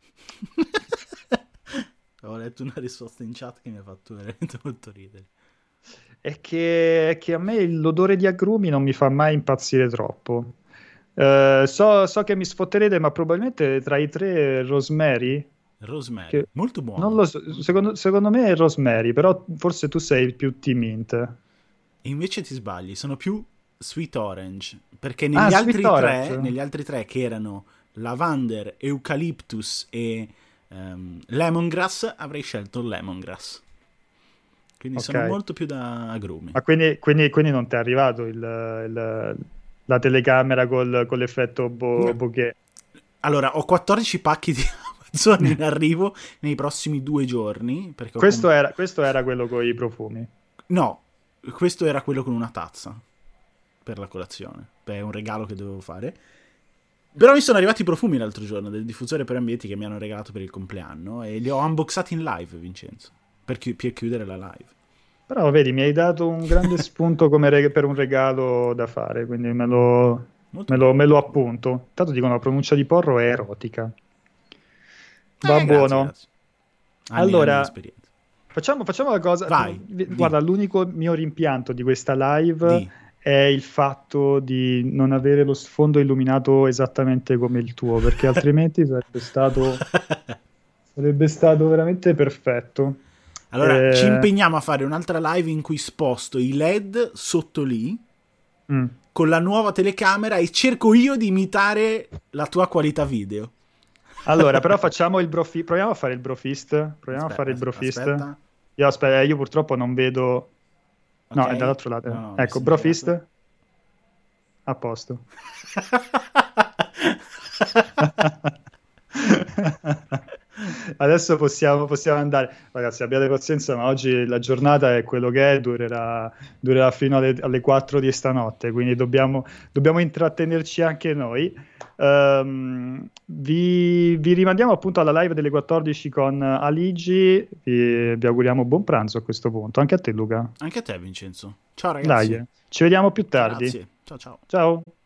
Speaker 1: Ho letto una risposta in chat che mi ha fatto veramente molto ridere.
Speaker 2: È che, è che a me l'odore di agrumi non mi fa mai impazzire troppo. Uh, so, so che mi sfotterete, ma probabilmente tra i tre Rosemary.
Speaker 1: Rosemary, che molto buono.
Speaker 2: Non lo so, secondo, secondo me è Rosemary, però forse tu sei più Tea Mint.
Speaker 1: E invece ti sbagli, sono più Sweet Orange, perché negli, ah, altri, tre, negli altri tre che erano Lavander, Eucalyptus e um, Lemongrass, avrei scelto Lemongrass. Quindi okay. Sono molto più da agrumi.
Speaker 2: Ma quindi, quindi, quindi non ti è arrivato il, il, la telecamera col, con l'effetto bo, no. bokeh?
Speaker 1: Allora, ho quattordici pacchi di Amazon in arrivo nei prossimi due giorni. Perché
Speaker 2: questo,
Speaker 1: com-
Speaker 2: era, questo era quello con i profumi?
Speaker 1: No, questo era quello con una tazza per la colazione. È un regalo che dovevo fare. Però mi sono arrivati i profumi l'altro giorno del diffusore per ambienti che mi hanno regalato per il compleanno e li ho unboxati in live, Vincenzo, per, chi- per chiudere la live.
Speaker 2: Però vedi, mi hai dato un grande spunto come reg- per un regalo da fare, quindi me lo, me lo, me lo appunto. Tanto dicono la pronuncia di porro è erotica. Va eh, buono.
Speaker 1: Grazie, grazie.
Speaker 2: Allora, facciamo, facciamo la cosa.
Speaker 1: Vai,
Speaker 2: Guarda,
Speaker 1: di.
Speaker 2: l'unico mio rimpianto di questa live
Speaker 1: di.
Speaker 2: è il fatto di non avere lo sfondo illuminato esattamente come il tuo, perché altrimenti sarebbe stato sarebbe stato veramente perfetto.
Speaker 1: Allora,
Speaker 2: Eh,
Speaker 1: ci impegniamo a fare un'altra live in cui sposto i L E D sotto lì
Speaker 2: mm.
Speaker 1: con la nuova telecamera e cerco io di imitare la tua qualità video.
Speaker 2: Allora, però facciamo il brofist. Proviamo a fare il brofist. Proviamo
Speaker 1: Aspetta,
Speaker 2: a fare il brofist.
Speaker 1: aspetta.
Speaker 2: Io, aspetta, io purtroppo non vedo. No,
Speaker 1: Ok.
Speaker 2: è dall'altro lato.
Speaker 1: No, no, mi
Speaker 2: Ecco,
Speaker 1: sei
Speaker 2: brofist.
Speaker 1: infilato.
Speaker 2: A posto. Adesso possiamo, possiamo andare. Ragazzi, abbiate pazienza, ma oggi la giornata è quello che è, durerà, durerà fino alle, alle quattro di stanotte, quindi dobbiamo, dobbiamo intrattenerci anche noi. Ehm, vi, vi rimandiamo appunto alla live delle quattordici con Aligi. Vi, vi auguriamo buon pranzo a questo punto. Anche a te, Luca.
Speaker 1: Anche a te, Vincenzo. Ciao ragazzi.
Speaker 2: Dai, ci vediamo più tardi.
Speaker 1: Grazie. Ciao ciao.
Speaker 2: Ciao.